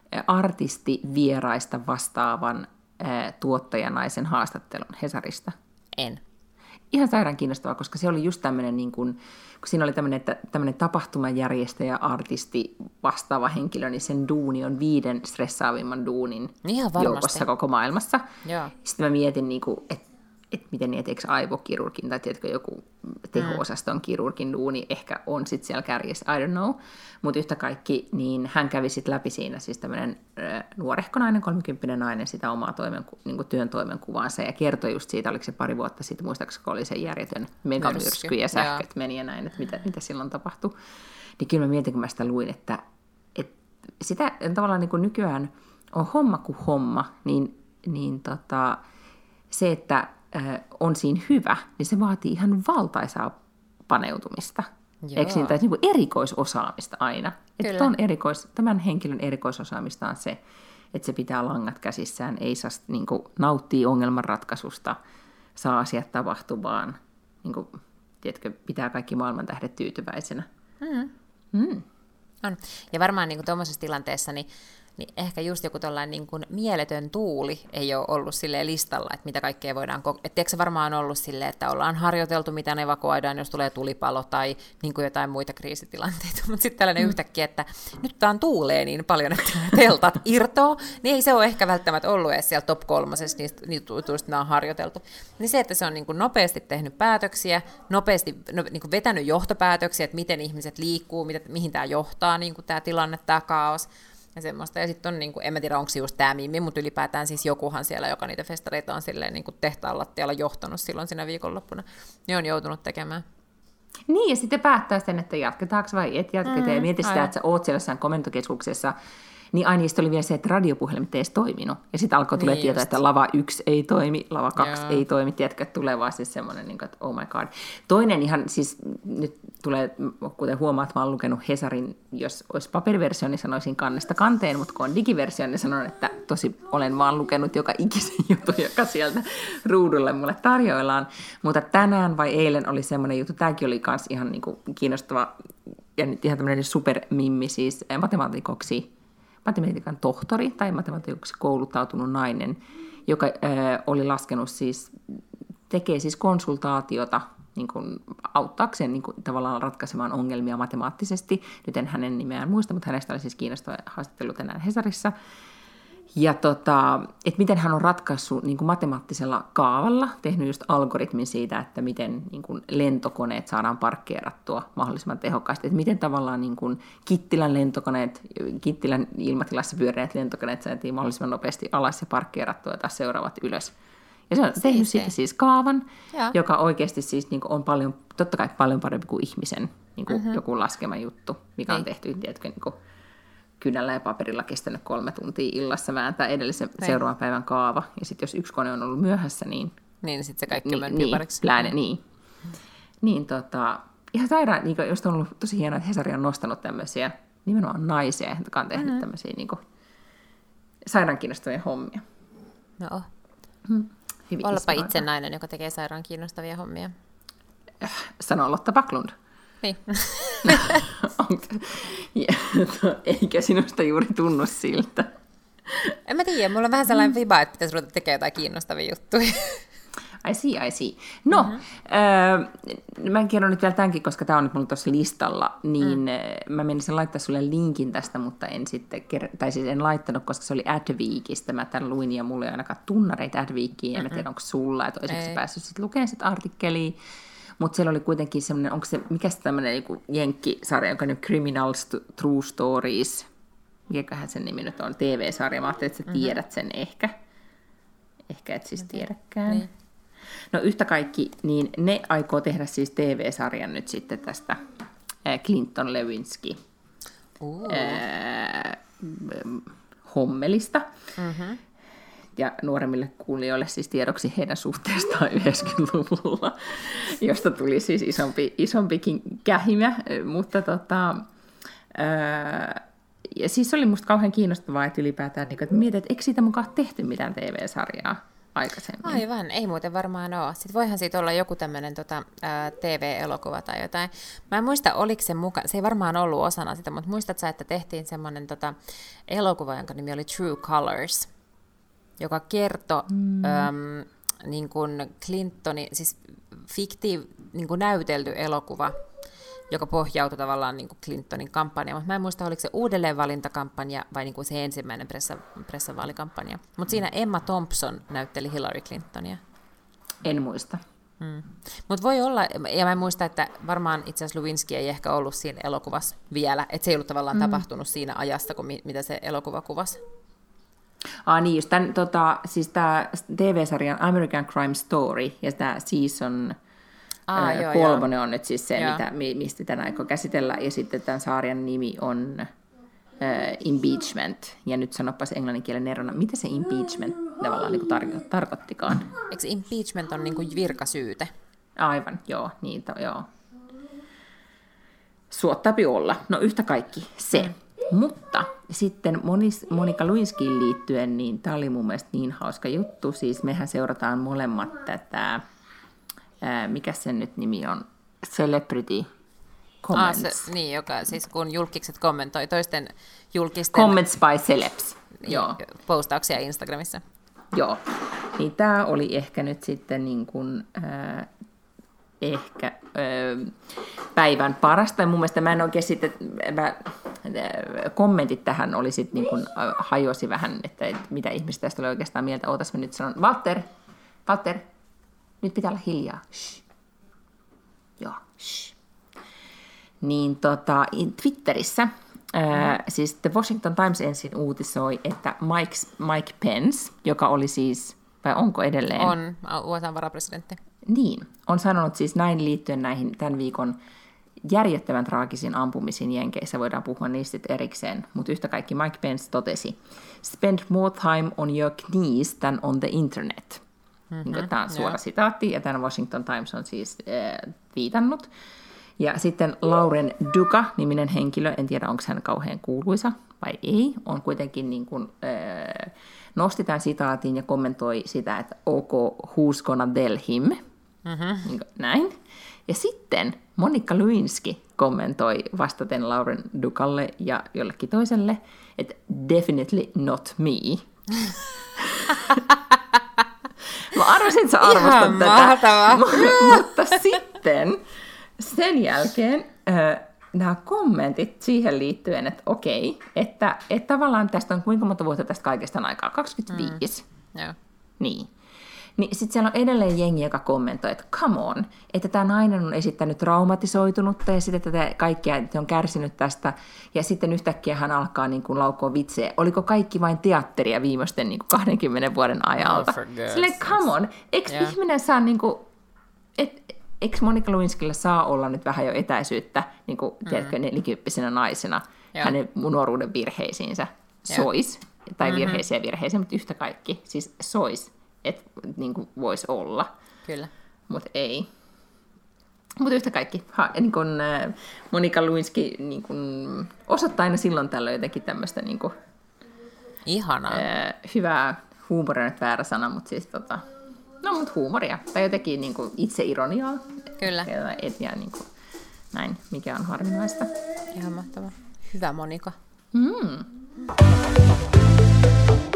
artistivieraista vastaavan ää, tuottajanaisen haastattelun Hesarista?
En.
Ihan sairaan kiinnostavaa, koska se oli just tämmöinen, niin kuin, kun siinä oli tämmöinen, että tämmöinen tapahtumajärjestäjä, artisti, vastaava henkilö, niin sen duuni on viiden stressaavimman duunin joukossa koko maailmassa. Joo. Sitten mä mietin, niin kuin, että et miten niin, että eikö aivokirurgin tai tiedätkö, joku teho-osaston kirurgin duuni ehkä on sitten siellä kärjessä, I don't know. Mutta yhtä kaikki, niin hän kävi sitten läpi siinä siis tämmöinen äh, nuorehko nainen, kolmekymppinen nainen, sitä omaa toimenku- niinku työn toimenkuvaansa ja kertoi just siitä, oliko se pari vuotta sitten, muistaakseni oli se järjetön megamyrsky ja sähköt meni ja näin, että mitä, mitä silloin tapahtui. Niin kyllä mä mietin, kun mä sitä luin, että, että sitä tavallaan niin kuin nykyään on homma kuin homma, niin, niin tota, se, että on siinä hyvä, niin se vaatii ihan valtaisaa paneutumista. Joo. Eikö niin, tai niin kuin erikoisosaamista aina. Että on erikois, tämän henkilön erikoisosaamista on se, että se pitää langat käsissään, ei saa niin kuin, nauttia ongelmanratkaisusta, saa asiat tapahtumaan, niin kuin, tiedätkö, pitää kaikki maailman tähdet tyytyväisenä.
Mm.
Mm.
On. Ja varmaan niin kuin tuommoisessa tilanteessa, niin niin ehkä just joku tollainen niin kuin mieletön tuuli ei ole ollut silleen listalla, että mitä kaikkea voidaan... Ko- et tiedätkö, se varmaan on ollut silleen, että ollaan harjoiteltu, miten evakuoidaan, jos tulee tulipalo tai niin kuin jotain muita kriisitilanteita. Mutta sitten tällainen mm. yhtäkkiä, että nyt tämä tuulee niin paljon, että teltat irtoo, niin ei se ole ehkä välttämättä ollut edes siellä top kolmosessa, niistä, niitä jutuista nämä on harjoiteltu. Niin se, että se on niin kuin nopeasti tehnyt päätöksiä, nopeasti no, niin kuin vetänyt johtopäätöksiä, että miten ihmiset liikkuu, mitä, mihin tämä johtaa, niin kuin tämä tilanne, tämä kaos. Ja semmoista. Ja sitten on, niin kuin, en mä tiedä, onko se just tämä mimmi, mutta ylipäätään siis jokuhan siellä, joka niitä festareita on silleen niin kuin tehtaan lattialla johtanut silloin siinä viikonloppuna, niin on joutunut tekemään.
Niin, ja sitten päättää sen, että jatketaanko vai et jatketa. Mm, ja mieti sitä, että sä oot siellä jossain komentokeskuksessa, niin aina niistä oli vielä se, että radiopuhelimet ei edes toiminut. Ja sitten alkoi tulla niin tietää, että lava yksi ei toimi, lava kaksi Joo. ei toimi. Tiedätkö, että tulee vaan siis semmoinen, että oh my god. Toinen ihan, siis nyt tulee, kuten huomaat, mä oon lukenut Hesarin, jos olisi paperiversio, niin sanoisin kannesta kanteen, mutta kun on digiversio, niin sanon, että tosi olen vaan lukenut joka ikisen jutun, joka sieltä ruudulle mulle tarjoillaan. Mutta tänään vai eilen oli semmoinen juttu, tämäkin oli myös ihan niin kuin kiinnostava ja nyt ihan tämmöinen supermimmi, siis matemaatikoksi, matematiikan tohtori tai matematiikaksi kouluttautunut nainen, joka ää, oli laskenut siis, tekee siis konsultaatiota niin kuin auttaakseen niin kuin, tavallaan ratkaisemaan ongelmia matemaattisesti. Nyt en hänen nimeään muista, mutta hänestä oli siis kiinnostava haastattelu tänään Hesarissa. Ja tota, että miten hän on ratkaissut niin kuin matemaattisella kaavalla, tehnyt just algoritmin siitä, että miten niin kuin lentokoneet saadaan parkkeerattua mahdollisimman tehokkaasti. Että miten tavallaan niin kuin Kittilän lentokoneet, Kittilän ilmatilassa pyörineet lentokoneet saatiin mahdollisimman nopeasti alas ja parkkeerattua ja taas seuraavat ylös. Ja se on siis tehnyt siitä siis kaavan, ja. joka oikeasti siis niin kuin on paljon, totta kai paljon parempi kuin ihmisen niin kuin mm-hmm. joku laskema juttu, mikä on tehty, tiedätkö, niin kuin kynällä ja paperilla kestänyt kolme tuntia illassa vääntää edellisen Näin. seuraavan päivän kaava. Ja sitten jos yksi kone on ollut myöhässä, niin...
Niin, sitten se kaikki
niin,
on
niin,
pariksi.
Lääne, niin. Niin tota... Ihan sairaan, niin just on ollut tosi hienoa, että Hesari on nostanut tämmöisiä nimenomaan naisia, jotka on tehnyt mm-hmm. tämmöisiä niin kuin, sairaan kiinnostavia hommia.
No.
Hmm.
Ollapa itse nainen, joka tekee sairaan kiinnostavia hommia.
Sanoo Lotta Backlund.
Niin.
Eikä sinusta juuri tunnu siltä.
En mä tiedä, mulla on vähän sellainen viba, että pitäisi ruveta tekemään jotain kiinnostavia juttuja.
I see, I see. No, mm-hmm. äh, mä kerron nyt vielä tämänkin, koska tämä on nyt mulla tuossa listalla, niin mm. mä menisin laittaa sulle linkin tästä, mutta en sitten, tai siis en laittanut, koska se oli Adweekistä. Mä tämän luin ja mulla ei ainakaan tunnareita Adweekiin, ja mä tiedän, onko sulla, että olisiko päässyt sitten lukemaan sitä artikkelia. Mutta siellä oli kuitenkin semmoinen, onko se, mikä se tämmöinen joku jenkkisarja, joka nyt Criminal True Stories, mikäköhän sen nimi nyt on, T V-sarja, mä ajattelin, että sä tiedät sen mm-hmm. ehkä. Ehkä et siis tiedäkään. Niin. No yhtä kaikki, niin ne aikoo tehdä siis T V-sarjan nyt sitten tästä Clinton Lewinsky uh. ää, hommelista. Mm-hmm. Ja nuoremmille kuulijoille siis tiedoksi heidän suhteestaan yhdeksänkymmentäluvulla, josta tuli siis isompi, isompikin kähimä, mutta tota, ää, ja siis oli musta kauhean kiinnostavaa, että ylipäätään, että mietin, että eikö siitä mukaan tehty mitään T V-sarjaa aikaisemmin.
Aivan, ei muuten varmaan ole. Sitten voihan siitä olla joku tämmöinen tota, T V-elokuva tai jotain. Mä en muista, oliko se mukaan, se ei varmaan ollut osana sitä, mutta muistatko sä, että tehtiin semmoinen tota, elokuva, jonka nimi oli True Colors, joka kertoi mm. äm, niin kuin Clintonin, siis fiktiiv, niin kuin näytelty elokuva, joka pohjautui tavallaan niin kuin Clintonin kampanjaan, mutta mä en muista, oliko se uudelleenvalintakampanja vai niin kuin se ensimmäinen pressa, pressavaalikampanja. Mutta siinä Emma Thompson näytteli Hillary Clintonia.
En muista.
Hmm. Mutta voi olla, ja mä en muista, että varmaan itse asiassa Lewinsky ei ehkä ollut siinä elokuvassa vielä, että se ei ollut tavallaan hmm. tapahtunut siinä ajassa, kun mi- mitä se elokuva kuvasi.
Ah niin, just tämän, tota, siis tämä T V-sarjan American Crime Story ja tämä season
ah,
äh,
joo,
kolmonen
joo.
on nyt siis se, mitä, mistä tämän aikoo käsitellä, ja sitten tämän sarjan nimi on äh, Impeachment, ja nyt sanopas englanninkielen erona, mitä se impeachment tavallaan niin kuin tar- tarkoittikaan?
Eikö impeachment on niin kuin virkasyyte?
Aivan, joo, niin to, joo. Suottaapi olla. No yhtä kaikki se. Mm. Mutta sitten Monis, Monica Lewinskyin liittyen, niin tämä oli mun mielestä niin hauska juttu. Siis mehän seurataan molemmat tätä, ää, mikä sen nyt nimi on, Celebrity Comments.
Ah, se, niin, joka, siis kun julkikset kommentoi toisten julkisten...
Comments by Celebs. Joo.
Postauksia Instagramissa.
Joo. Niin tämä oli ehkä nyt sitten niin kuin... Ää, ehkä öö, päivän parasta. Ja mun mielestä mä en oikein sitten, mä, kommentit tähän oli sitten niin kuin hajosi vähän, että, että mitä ihmiset tästä oli oikeastaan mieltä. Ootas mä nyt sanon, Walter, Walter, nyt pitää olla hiljaa. Shh. Joo, shh. Niin tota, Twitterissä, mm. ää, siis The Washington Times ensin uutisoi, että Mike, Mike Pence, joka oli siis, vai onko edelleen?
On, U S A varapresidentti.
Niin, on sanonut siis näin liittyen näihin tämän viikon järjettävän traagisiin ampumisiin Jenkeissä, voidaan puhua niistä erikseen, mutta yhtä kaikki Mike Pence totesi, spend more time on your knees than on the internet. Mm-hmm, tämä on suora yeah. sitaatti, ja tämän Washington Times on siis äh, viitannut. Ja sitten Lauren Duca, niminen henkilö, en tiedä onko hän kauhean kuuluisa vai ei, on kuitenkin niin kuin, äh, nosti tämän sitaatin ja kommentoi sitä, että ok, who's gonna tell him? Mm-hmm. Niin näin. Ja sitten Monica Lewinsky kommentoi vastaten Lauren Ducalle ja jollekin toiselle, että definitely not me. Mä arvasin, että sä arvostat
ihan
tätä.
Mahtavaa.
Mutta sitten sen jälkeen äh, nämä kommentit siihen liittyen, että okei, että, että tavallaan tästä on kuinka monta vuotta tästä kaikesta on aikaa? kaksikymmentäviisi.
Mm. Yeah.
Niin. Niin sitten siellä on edelleen jengi, joka kommentoi, että come on, että tämä nainen on esittänyt traumatisoitunutta ja sitten tätä kaikkea, että on kärsinyt tästä. Ja sitten yhtäkkiä hän alkaa niin kuin laukoa vitsejä. Oliko kaikki vain teatteria viimeisten niin kuin kahdenkymmenen vuoden ajalta? Oh, silleen, come on, eikö yeah. ihminen saa, niin kuin, et, eikö Monica Lewinskyllä saa olla nyt vähän jo etäisyyttä, niin kuin, mm. tiedätkö, nelikymppisenä naisena yeah. hänen nuoruuden virheisiinsä yeah. sois, tai mm-hmm. virheisiä virheisiä, mutta yhtä kaikki, siis sois. Että niin kuin voisi olla.
Kyllä.
Mutta ei. Mutta yhtä kaikki. Ha, niin kun, äh, Monica Lewinsky niin kun, osoittaa aina silloin tällöin jotenkin tämmöistä niin kun,
ihanaa.
Äh, hyvää huumoria, nyt väärä sana, mutta siis tota, no mut huumoria. Tai jotenkin niin kun, itseironiaa.
Kyllä.
Ja, et, ja niin kun, näin, mikä on harvinaista.
Ihan mahtavaa. Hyvä Monika.
Mm.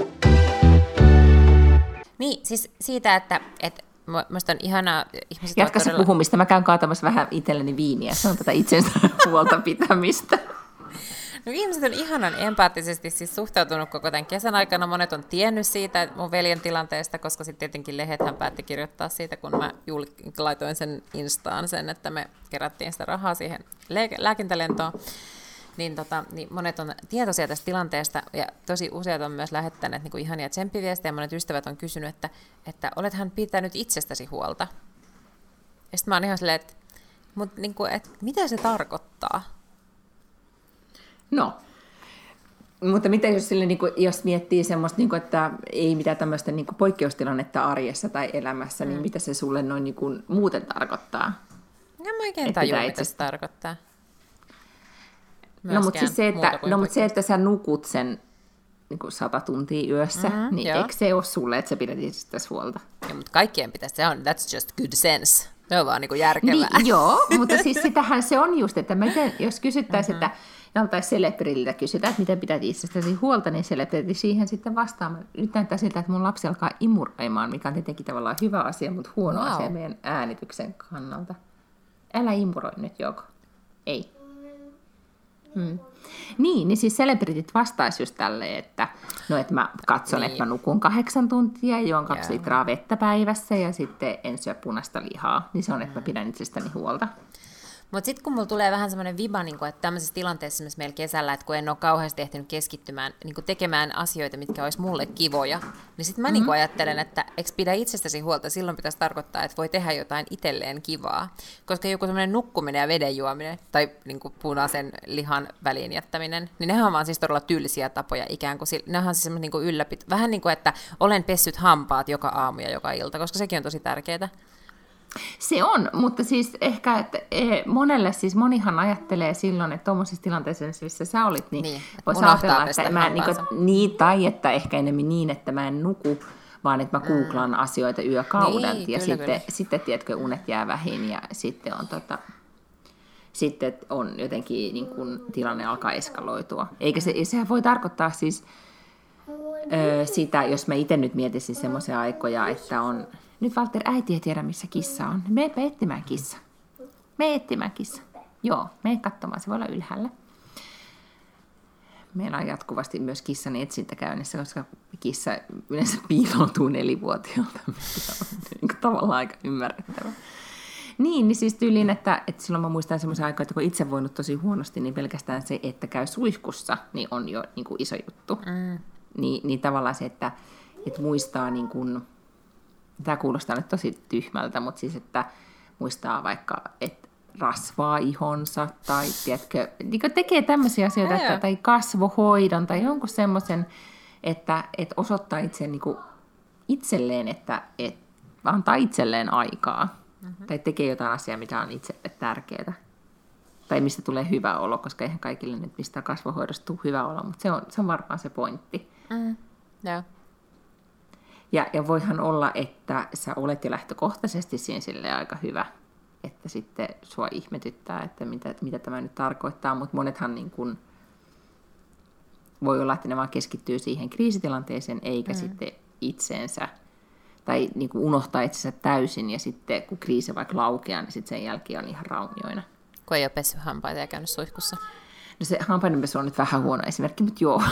Niin, siis siitä, että, että minusta on ihanaa...
Jatka se todella... puhumista, mä käyn kaatamassa vähän itselleni viiniä, se on tätä itsensä huolta pitämistä.
No ihmiset on ihanan empaattisesti siis suhtautunut koko tämän kesän aikana. Monet on tiennyt siitä mun veljen tilanteesta, koska sitten tietenkin Lehethän päätti kirjoittaa siitä, kun mä jul- laitoin sen Instaan sen, että me kerättiin sitä rahaa siihen lääkintälentoon. Niin, tota, niin monet on tietoisia tästä tilanteesta ja tosi useat on myös lähettäneet niin kuin ihania tsemppiviestejä ja monet ystävät on kysynyt, että, että olethan pitänyt itsestäsi huolta. Ja sitten mä oon ihan silleen, että, mut, niin kuin, että mitä se tarkoittaa?
No, mutta miten jos, sille, niin kuin, jos miettii semmoista, niin kuin, että ei mitään tämmöistä niin kuin poikkeustilannetta arjessa tai elämässä, mm. niin mitä se sulle noin niin kuin, muuten tarkoittaa?
No mä oikein tajua, mitä itse... se tarkoittaa.
No mutta, siis se, että, no, mutta se, että sä nukut sen niin kuin sata tuntia yössä, mm-hmm, niin joo. Eikö se ole sulle, että sä pidät itsestäsi huolta?
Ja, mutta kaikkien pitäisi, se on, that's just good sense. Se on vaan niin kuin järkevää.
Niin, joo, mutta siis sitähän se on just, että miten, jos kysyttäisiin, mm-hmm. että joltain celebritiltä kysytään, että miten pidät itsestäsi huolta, niin celebrity siihen sitten vastaamaan. Nyt näyttää siltä, että mun lapsi alkaa imuroimaan, mikä on tietenkin tavallaan hyvä asia, mutta huono wow. asia meidän äänityksen kannalta. Älä imuroi nyt, joko? Ei. Hmm. Niin, niin siis celebritit vastaisi just tälleen, että no, että mä katson, niin. että mä nukun kahdeksan tuntia, juon kaksi yeah. litraa vettä päivässä ja sitten en syö punaista lihaa. Niin se on, että mä pidän itsestäni huolta.
Mutta sitten kun mulla tulee vähän semmoinen viba, niin kun, että tämmöisessä tilanteessa esimerkiksi meillä kesällä, että kun en ole kauheasti ehtinyt keskittymään niin tekemään asioita, mitkä olisi mulle kivoja, niin sitten mä mm-hmm. niin ajattelen, että eikö pidä itsestäsi huolta, silloin pitäisi tarkoittaa, että voi tehdä jotain itselleen kivaa. Koska joku semmoinen nukkuminen ja veden juominen tai niin punaisen lihan väliin jättäminen, niin nehän on vaan siis todella tylsiä tapoja ikään kuin, nehän on siis semmoinen niin ylläpito, vähän niin kuin, että olen pessyt hampaat joka aamu ja joka ilta, koska sekin on tosi tärkeää.
Se on, mutta siis ehkä, että monelle, siis monihan ajattelee silloin, että tuommoisessa tilanteessa, missä sä olit, niin, niin voisi ajatella, että mä, niin, kuin, niin, tai että ehkä enemmän niin, että mä en nuku, vaan että mä googlaan mm. asioita yökaudet, niin, ja kyllä, sitten, kyllä. sitten, tiedätkö, unet jää vähin, ja sitten on, tota, sitten on jotenkin, niin kuin, tilanne alkaa eskaloitua. Eikä se, sehän voi tarkoittaa siis ö, sitä, jos mä itse nyt mietisin semmoisia aikoja, että on... Nyt Walter, äiti ei tiedä, missä kissa on. Meepä etsimään kissa. Me etsimään kissa. Joo, mene katsomaan, se voi olla ylhäällä. Meillä on jatkuvasti myös kissan etsintä käynnissä, koska kissa yleensä piiloutuu nelivuotiaalta, mikä on niin tavallaan aika ymmärrettävä. Niin, niin siis tyyliin, että, että silloin mä muistan semmoisen aikaa, että kun itse voinut tosi huonosti, niin pelkästään se, että käy suihkussa, niin on jo niin kuin iso juttu. Mm. Niin, niin tavallaan se, että, että muistaa... Niin kuin, tämä kuulostaa nyt tosi tyhmältä, mutta siis, että muistaa vaikka, että rasvaa ihonsa tai tiedätkö, niin tekee tämmöisiä asioita, että, tai kasvohoidon tai jonkun semmoisen, että, että osoittaa itse, niin kuin itselleen, että, että antaa itselleen aikaa. Mm-hmm. Tai tekee jotain asiaa, mitä on itselle tärkeää. Tai mistä tulee hyvä olo, koska eihän kaikille nyt mistä kasvohoidosta tule hyvä olo, mutta se on, se on varmaan se pointti.
Mm. Yeah.
Ja, ja voihan olla, että sä olet jo lähtökohtaisesti siinä silleen aika hyvä, että sitten sua ihmetyttää, että mitä, mitä tämä nyt tarkoittaa, mutta monethan niin kuin voi olla, että ne vaan keskittyy siihen kriisitilanteeseen, eikä mm. sitten itseensä, tai niin kuin unohtaa itsensä täysin, ja sitten kun kriisi vaikka laukeaa, niin sitten sen jälkeen on ihan raunioina.
Kun ei ole pessyt hampaita ja käynyt suihkussa.
No se hampaidenpesu on nyt vähän huono esimerkki, mutta joo.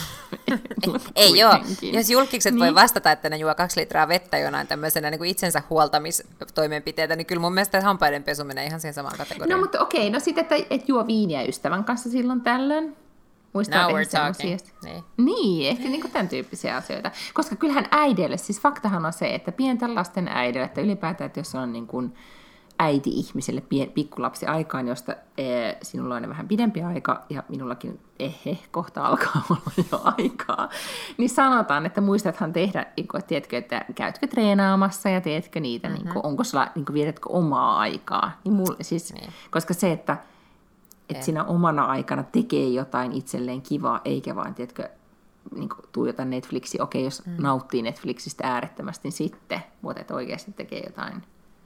Ei joo. Jos julkikset niin. voi vastata, että ne juo kaksi litraa vettä jonain tämmöisenä niin kuin itsensä huoltamistoimenpiteitä, niin kyllä mun mielestä hampaidenpesu menee ihan siihen samaan kategoriaan.
No mutta okei, no sitten, että et juo viiniä ystävän kanssa silloin tällöin. Muistaa
Now we're talking.
Niin. niin, ehkä niin kuin tämän tyyppisiä asioita. Koska kyllähän äideille, siis faktahan on se, että pienten lasten äideille, että ylipäätään, että jos on niin kuin äiti-ihmiselle pikkulapsi aikaan, josta ee, sinulla on vähän pidempi aika, ja minullakin ehe, kohta alkaa olla jo aikaa, niin sanotaan, että muistathan tehdä, niin kuin, tiedätkö, että käytkö treenaamassa ja teetkö niitä, mm-hmm. niin kuin, onko sulla, niin kuin, vietätkö omaa aikaa. Niin mulle, siis, niin. Koska se, että et siinä omana aikana tekee jotain itselleen kivaa, eikä vaan, tiedätkö, niin kuin, tuijota Netflixiä. Okei, jos mm. nauttii Netflixistä äärettömästi, niin sitten, mutta että oikeasti tekee jotain,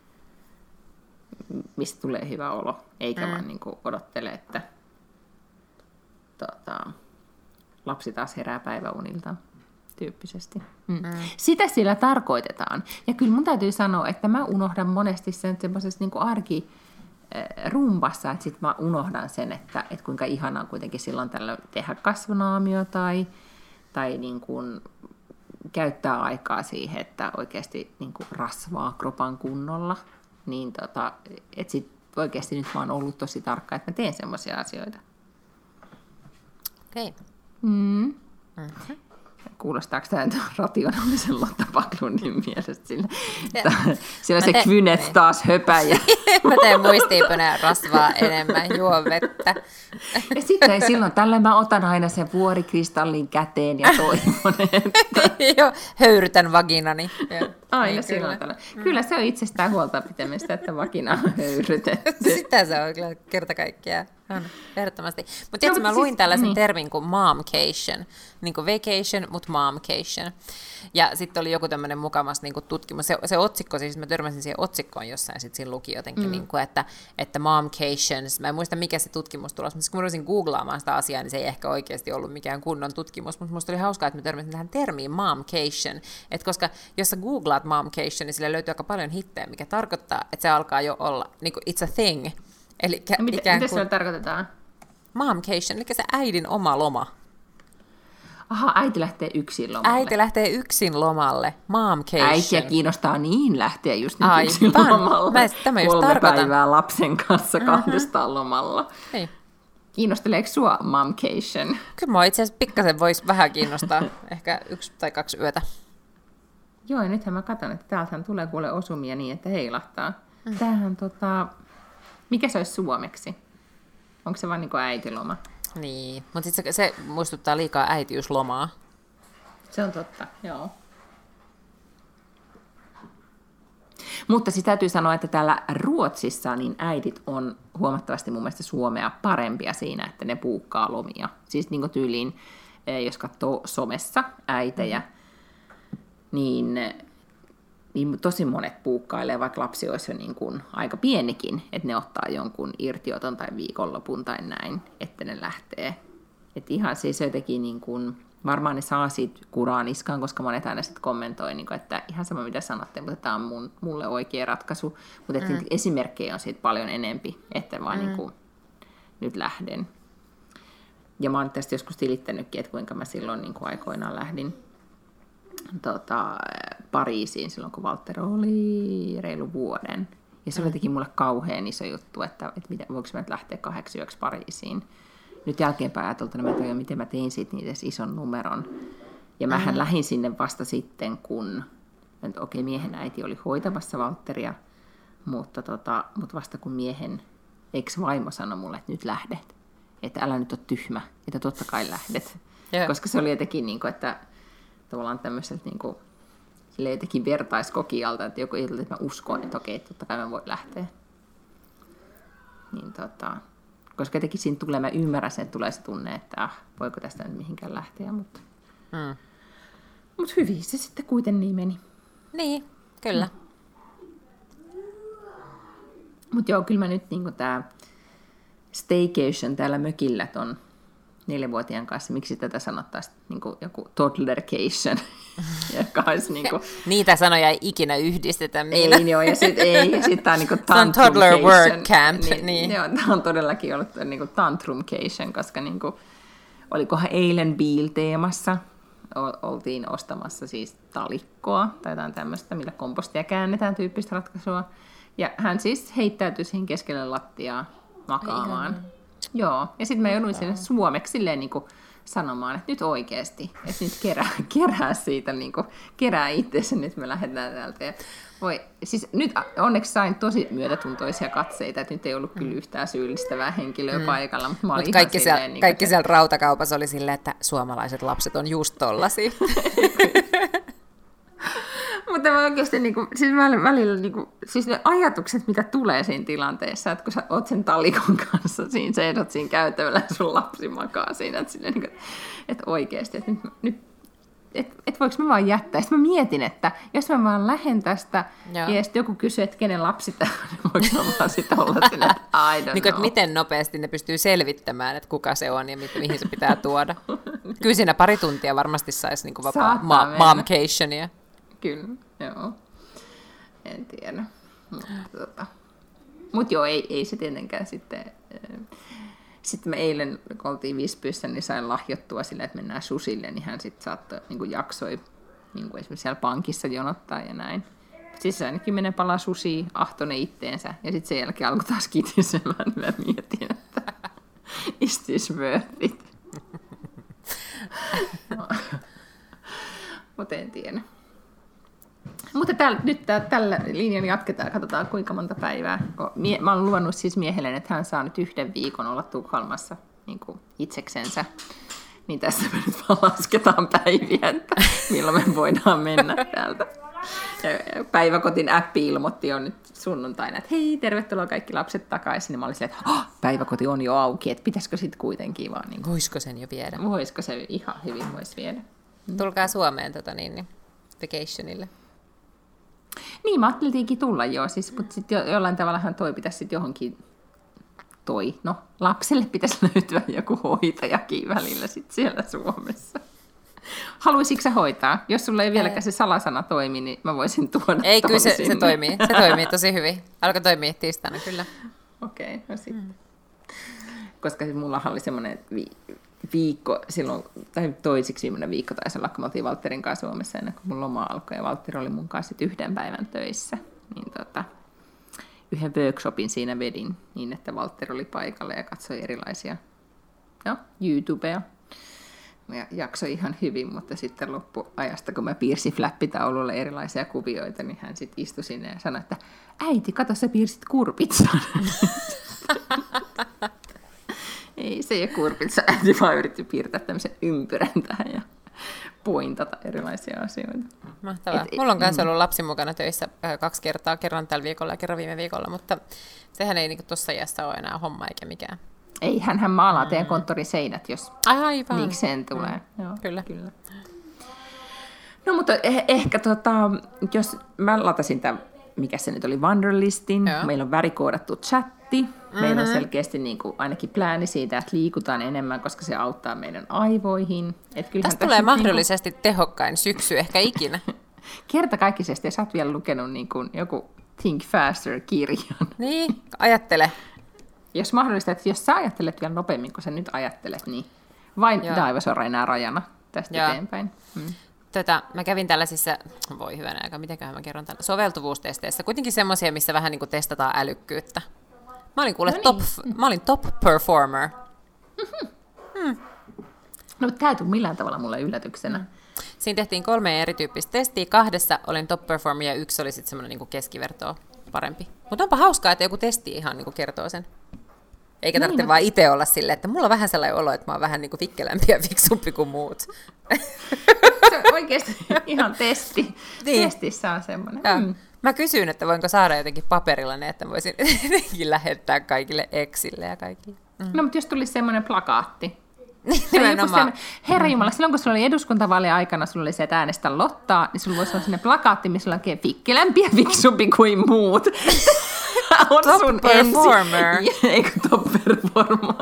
mistä tulee hyvä olo, eikä mm. vaan niin kuin odottele, että tota, lapsi taas herää päiväuniltaan. tyyppisesti. Mm. Mm. Sitä sillä tarkoitetaan. Ja kyllä mun täytyy sanoa, että mä unohdan monesti sen semmoisessa niin kuin arki, rumpassa, että sitten mä unohdan sen, että, että kuinka ihanaa on kuitenkin silloin tällöin tehdä kasvonaamio tai, tai niin kuin käyttää aikaa siihen, että oikeasti niin kuin rasvaa kropan kunnolla. Niin tota, että sitten oikeasti nyt mä oon ollut tosi tarkka, että mä teen semmoisia asioita.
Okei. Okay.
Mm. Mm-hmm. Kuulostaako tämä rationaalisen Lotta Backlundin mielestä sillä, sillä se te- kvynet niin. Taas höpäjä.
Mä teen muistiinpäneen rasvaa enemmän, juo vettä.
Ja sitten silloin tällöin mä otan aina sen vuorikristallin käteen ja toivon, että...
Joo, höyrytän vaginani.
Aina niin, silloin tällöin. Kyllä se on itsestään huolta pitämistä, että vagina on höyrytetty.
Sitä se on kyllä kerta kaikkiaan. On, ehdottomasti. Mutta tiedätkö, no, mä luin siis, tällaisen niin. termin kuin momcation, niin kuin vacation, mutta momcation. Ja sitten oli joku tämmöinen mukamas niin kuin tutkimus. Se, se otsikko, siis mä törmäsin siihen otsikkoon jossain, sitten siinä luki jotenkin, mm. niin kuin, että, että momcations, mä en muista mikä se tutkimus tulos, mutta kun mä rupesin googlaamaan sitä asiaa, niin se ei ehkä oikeasti ollut mikään kunnon tutkimus, mutta musta oli hauskaa, että mä törmäsin tähän termiin momcation, että koska jos sä googlaat momcation, niin sille löytyy aika paljon hittejä, mikä tarkoittaa, että se alkaa jo olla, niin kuin it's a thing. Elikkä,
no, mitä mitä sillä tarkoitetaan?
Momcation, eli se äidin oma loma.
Aha, äiti lähtee yksin lomalle.
Äiti lähtee yksin lomalle. Momcation.
Äitiä kiinnostaa niin lähteä just nyt
Ai,
yksin
pan.
lomalle.
Mä tämä just
Kolme
tarkoitan.
päivää lapsen kanssa kahdestaan lomalla.
Hei.
Kiinnosteleeko sua momcation?
Kyllä mua itse asiassa pikkasen voisi vähän kiinnostaa. Ehkä yksi tai kaksi yötä.
Joo, ja nythän mä katson, että täältähän tulee kuule osumia niin, että heilahtaa. Mm. Tämähän tota... Mikä se olisi suomeksi? Onko se vaan niin kuin äitiloma?
Niin, mutta se, se muistuttaa liikaa äitiyslomaa.
Se on totta, joo. Mutta siis täytyy sanoa, että täällä Ruotsissa niin äidit on huomattavasti mun mielestä Suomea parempia siinä, että ne buukkaa lomia. Siis niin kuin tyyliin, jos katsoo somessa äitejä, mm. niin... niin tosi monet puukkailee, vaikka lapsi olisi jo niin kuin aika pienikin, että ne ottaa jonkun irtioton tai viikonlopun tai näin, että ne lähtee. Että ihan siis jotenkin niin kuin, varmaan ne saa siitä kuraa niskaan, koska monet aina sitten kommentoi, niin kuin, että ihan sama mitä sanotte, mutta tämä on mun, mulle oikea ratkaisu. Mutta mm. esimerkkejä on siitä paljon enempi, että vaan mm. niin kuin, nyt lähden. Ja mä oon tästä joskus tilittänytkin, että kuinka mä silloin niin kuin aikoinaan lähdin Tota, Pariisiin silloin, kun Valtteri oli reilu vuoden. Ja se oli jotenkin mulle kauhean iso juttu, että, että mitä, voiko mä nyt lähteä kahdeksi yöksi Pariisiin. Nyt jälkeenpäin ajateltuna mä toivon, miten mä tein siitä niitä ison numeron. Ja mähän mm-hmm. lähdin sinne vasta sitten, kun okei, okay, miehen äiti oli hoitamassa Valtteria, mutta, tota, mutta vasta kun miehen ex-vaimo sanoi mulle, että nyt lähdet. Että älä nyt ole tyhmä, että totta kai lähdet. Yeah. Koska se oli jotenkin niin kuin, että tavallaan tämmöiseltä niin kuin, sille jotenkin vertaiskokialta, että joku ilta, että mä uskon, että okei, totta kai mä voin lähteä. Niin tota, koska jotenkin siinä tulee, mä ymmärrän sen, että tulee se tunne, että ah, voiko tästä nyt mihinkään lähteä, mutta mm. mut hyvin se sitten kuitenkin niin meni.
Niin, kyllä.
Mm. Mutta joo, kyllä mä nyt niin tää staycation täällä mökillä ton neljävuotiaan kanssa, miksi tätä sanottaisiin niin kuin joku toddlercation, joka olisi niin kuin...
Niitä sanoja ei ikinä yhdistetä.
Minä. Ei, joo, ja sitten ei, ja sit tämä on niin kuin
tantrumcation. Toddler work camp. Niin,
niin. Joo, tämä on todellakin ollut niin kuin tantrumcation, koska niin kuin, olikohan eilen Beal-teemassa, oltiin ostamassa siis talikkoa, tai jotain tämmöistä, millä kompostia käännetään tyyppistä ratkaisua, ja hän siis heittäytyi siihen keskelle lattiaa makaamaan. Ihan. Joo, ja sitten mä jouduin sinne suomeksi silleen niin kuin sanomaan, että nyt oikeasti, että nyt kerää, kerää siitä, niin kuin, kerää itseäsi, nyt me lähdetään täältä. Ja voi, siis nyt onneksi sain tosi myötätuntoisia katseita, että nyt ei ollut kyllä yhtään syyllistävää henkilöä mm. paikalla, mutta mä olin
Mut
ihan
kaikki
silleen...
Siellä,
niin
kaikki
se...
siellä rautakaupassa oli silleen, että suomalaiset lapset on just tollasia.
Mutta mä oikeasti, niin kuin, siis välillä, niin kuin, siis ne ajatukset, mitä tulee siinä tilanteessa, että kun sä oot sen talikon kanssa, siinä seisot siinä käytävällä ja sun lapsi makaa siinä, että, silleen, niin kuin, että oikeasti, että nyt, nyt että et voiko mä vaan jättää. Sitten mä mietin, että jos mä vaan lähden tästä, Joo. ja sitten joku kysyy, että kenen lapsi tämä on, niin voiko mä vaan sitten olla sinne, että I don't
niin,
know.
Että miten nopeasti ne pystyy selvittämään, että kuka se on ja mihin se pitää tuoda. Kyllä siinä pari tuntia varmasti saisi niinku vapaa
Saattaa
ma- momcationia.
Kyllä, joo. En tiedä. Mutta tota. Mut joo, ei, ei se tietenkään sitten... Sitten me eilen, kun oltiin Visbyssä, niin sain lahjottua silleen, että mennään susille, niin hän sitten saattoi, niin kuin jaksoi niin kuin esimerkiksi siellä pankissa jonottaa ja näin. Siis aina kymmenen palaa susia, ahtoi itteensä, ja sitten sen jälkeen alkoi taas kitisemään, niin mä mietin, että is this worth it? Mutta en tiedä. Mutta täl, nyt tää, tällä linjalla jatketaan, katsotaan kuinka monta päivää. Mie, mä olen luvannut siis miehelle, että hän saa nyt yhden viikon olla Tukholmassa niin kuin itseksensä. Niin tässä me nyt vaan lasketaan päiviä, että milloin me voidaan mennä täältä. Ja päiväkotin appi ilmoitti jo nyt sunnuntaina, että hei, tervetuloa kaikki lapset takaisin. Ja mä olin silleen, että oh, päiväkoti on jo auki, että pitäisikö sitten kuitenkin vaan... Niin kuin,
voisiko sen jo viedä?
Voisiko se ihan hyvin voisi viedä.
Tulkaa Suomeen tota, niin, niin, vacationille.
Niin, mä ajatteltiinkin tulla joo, siis, mutta sitten jo, jollain tavallahan toi pitäisi sitten johonkin toi. No, lapselle pitäisi löytyä joku hoitajakin välillä sitten siellä Suomessa. Haluaisitko sä hoitaa? Jos sulla ei vieläkään se salasana toimi, niin mä voisin tuoda
Ei, kyllä se,
sinne.
se toimii. Se toimii tosi hyvin. Alkoi toimia tiistaina, kyllä.
Okei, okay, no sitten. Mm. Koska mullahan oli semmoinen vi- viikko silloin, tai toisiksi viimeinen viikko taisi olla, kun me oltiin Valtterin kanssa Suomessa ennen kuin mun loma alkoi, ja Valtteri oli mun kanssa yhden päivän töissä. Niin tota, yhden workshopin siinä vedin niin, että Valtteri oli paikalla ja katsoi erilaisia no, YouTubea. Ja jaksoi ihan hyvin, mutta sitten loppuajasta, kun mä piirsin flappitaululle erilaisia kuvioita, niin hän sitten istui sinne ja sanoi, että äiti, kato, sä piirsit kurpitsan. Ei se ei ole kurpitsa, äiti vaan yritti piirtää tämmöisen ympyrän tähän ja pointata erilaisia asioita.
Mahtavaa. Et, Mulla on myös ollut lapsi mukana töissä kaksi kertaa, kerran tällä viikolla ja kerran viime viikolla, mutta sehän ei niinku tuossa iässä ole enää homma eikä mikään.
Ei, hänhän maalaa teidän konttorin seinät, jos
Aivan.
niikseen tulee.
Mm.
Joo,
kyllä.
kyllä. No mutta eh- ehkä tota, jos mä latasin tämän, mikä se nyt oli, Wanderlistin,
Joo.
meillä on värikoodattu chatti, mm-hmm. meillä on selkeästi niin kuin ainakin plääni siitä, että liikutaan enemmän, koska se auttaa meidän aivoihin. Et
tästä tulee mahdollisesti niin kuin... tehokkain syksy ehkä ikinä.
Kertakaikkisesti, ja sä oot vielä lukenut niin kuin joku Think Faster-kirjan.
Niin, ajattele.
Jos mahdollista, että jos sä ajattelet vielä nopeammin kuin sä nyt ajattelet, niin vain Daivasora enää rajana tästä Joo. eteenpäin. Hmm.
Tätä, mä kävin tällaisissa, voi hyvänä aika, mitenköhän mä kerron tällä, soveltuvuustesteissä, kuitenkin semmoisia, missä vähän niin kuin testataan älykkyyttä. Mä olin kuule no top, niin. mä olin top performer.
Mm-hmm. Hmm. No, mutta tämä ei tule millään tavalla mulle yllätyksenä. Hmm.
Siinä tehtiin kolme erityyppistä testiä, kahdessa olin top performer ja yksi oli sitten semmoinen niin kuin keskivertoa parempi. Mutta onpa hauskaa, että joku testi ihan niin kuin kertoo sen. Eikä tarvitse niin, vaan itse olla silleen, että mulla on vähän sellainen olo, että mä oon vähän niin kuin vikkelämpi ja fiksumpi kuin muut.
Se on oikeasti ihan testi. Niin. Testissä on semmoinen. Mm.
Mä kysyin, että voinko saada jotenkin paperilla ne, että mä voisin jotenkin lähettää kaikille exille ja kaikille.
Mm. No, mutta jos tulisi semmoinen plakaatti.
Nimenomaan.
Herra Jumala, silloin kun sulla oli eduskuntavaalien aikana, sulla oli se, että äänestä Lottaa, niin sulla voisi olla sellainen plakaatti, missä on oikein vikkelämpi ja fiksumpi kuin muut. On
top
sun
performer.
Ensi... Eikö top performer?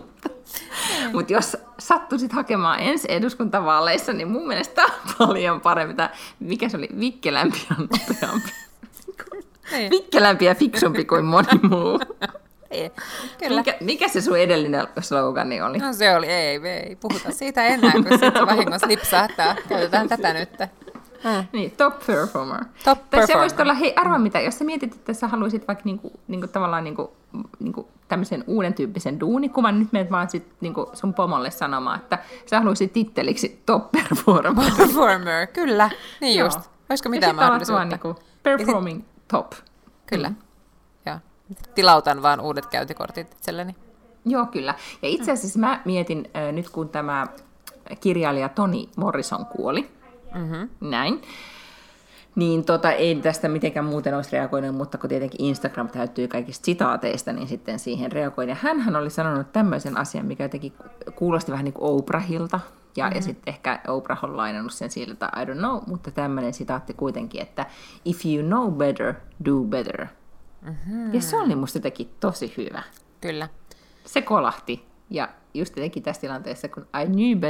Mutta jos sattuisit hakemaan ensi eduskuntavaaleissa, niin mun mielestä on paljon parempi. Mikä se oli? Vikkelämpi ja nopeampi. Vikkelämpi ja fiksumpi kuin moni muu.
Ei, kyllä.
Mikä, mikä se sun edellinen slogani oli?
No se oli, ei, ei puhuta siitä enää, kun sitten vahingossa lipsahtaa. Käytetään tätä nyt.
Mm. Niin, top performer.
Top
tai
performer.
se voisi olla, hei, arvaa mitä, jos sä mietit, että sä haluaisit vaikka niinku, niinku, tavallaan niinku, niinku, tämmöisen uuden tyyppisen duunikuvan, nyt menet vaan sit, niinku, sun pomolle sanomaan, että sä haluaisit titteliksi top performer.
Performer, kyllä. Niin just. Olisiko mitään mahdollisuutta?
Niinku, performing sit... top.
Kyllä. Mm. Ja tilautan vaan uudet käyntikortit itselleni.
Joo, kyllä. Ja itse asiassa mä mietin, äh, nyt kun tämä kirjailija Toni Morrison kuoli, Mm-hmm. näin. Niin tota, ei tästä mitenkään muuten olisi reagoinut, mutta kun tietenkin Instagram täyttyy kaikista sitaateista, niin sitten siihen reagoin. Ja hänhän oli sanonut tämmöisen asian, mikä jotenkin kuulosti vähän niin kuin Oprahilta. Ja, mm-hmm. ja sitten ehkä Oprah on lainannut sen sieltä, I don't know, mutta tämmöinen sitaatti kuitenkin, että if you know better, do better. Mm-hmm. Ja se oli musta jotenkin tosi hyvä.
Kyllä.
Se kolahti. Ja just jotenkin tässä tilanteessa, kun I knew better,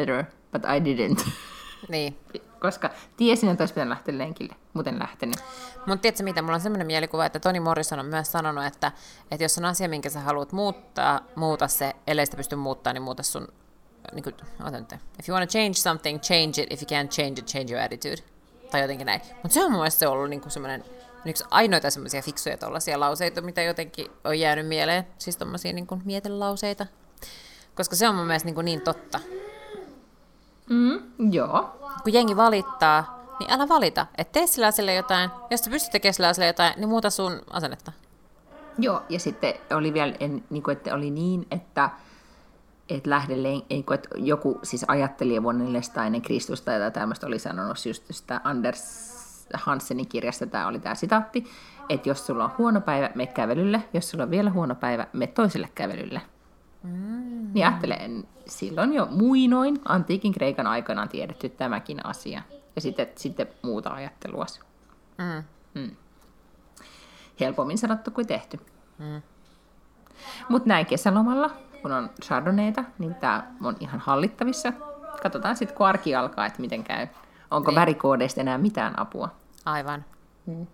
but I didn't.
Niin.
Koska tiesin, että olisi pitänyt lähteä lenkille, muuten lähtenyt.
Mutta tiedätkö mitä, mulla on semmoinen mielikuva, että Toni Morrison on myös sanonut, että, että jos on asia, minkä sä haluat muuttaa, muuta se, ellei sitä pysty muuttaa, niin muuta sun, niin kuin, ota nyt, if you want to change something, change it, if you can't change it, change your attitude, tai jotenkin näin. Mutta se on mun mielestä se ollut niin kuin semmoinen, yksi ainoita semmoisia fiksuja tollaisia lauseita, mitä jotenkin on jäänyt mieleen, siis tommosia niin kuin mietelauseita, koska se on mun mielestä niin, kuin niin totta.
Mm, joo.
Kun jengi valittaa, niin älä valita. Et tee sillä asialla jotain. Jos sä pystyt tekemään sillä asialla jotain, niin muuta sun asennetta.
Joo, ja sitten oli vielä, en, niin kuin, että oli niin, että, että lähdelle, niin kuin, että joku siis ajatteli vuonna neljäsataa ennen Kristusta, ja tämmöistä oli sanonut just sitä Anders Hansenin kirjasta, tämä oli tämä sitaatti, että jos sulla on huono päivä, mene kävelylle. Jos sulla on vielä huono päivä, mene toiselle kävelylle. Mm. Niin ajattelen, silloin jo muinoin antiikin Kreikan aikana on tiedetty tämäkin asia. Ja sitten, sitten muuta ajattelua.
Mm.
Mm. Helpommin sanottu kuin tehty.
Mm.
Mutta näin kesälomalla, kun on chardonnayta, niin tämä on ihan hallittavissa. Katsotaan sitten, kun arki alkaa, että miten käy. Onko niin. värikoodeista enää mitään apua?
Aivan.
Mm.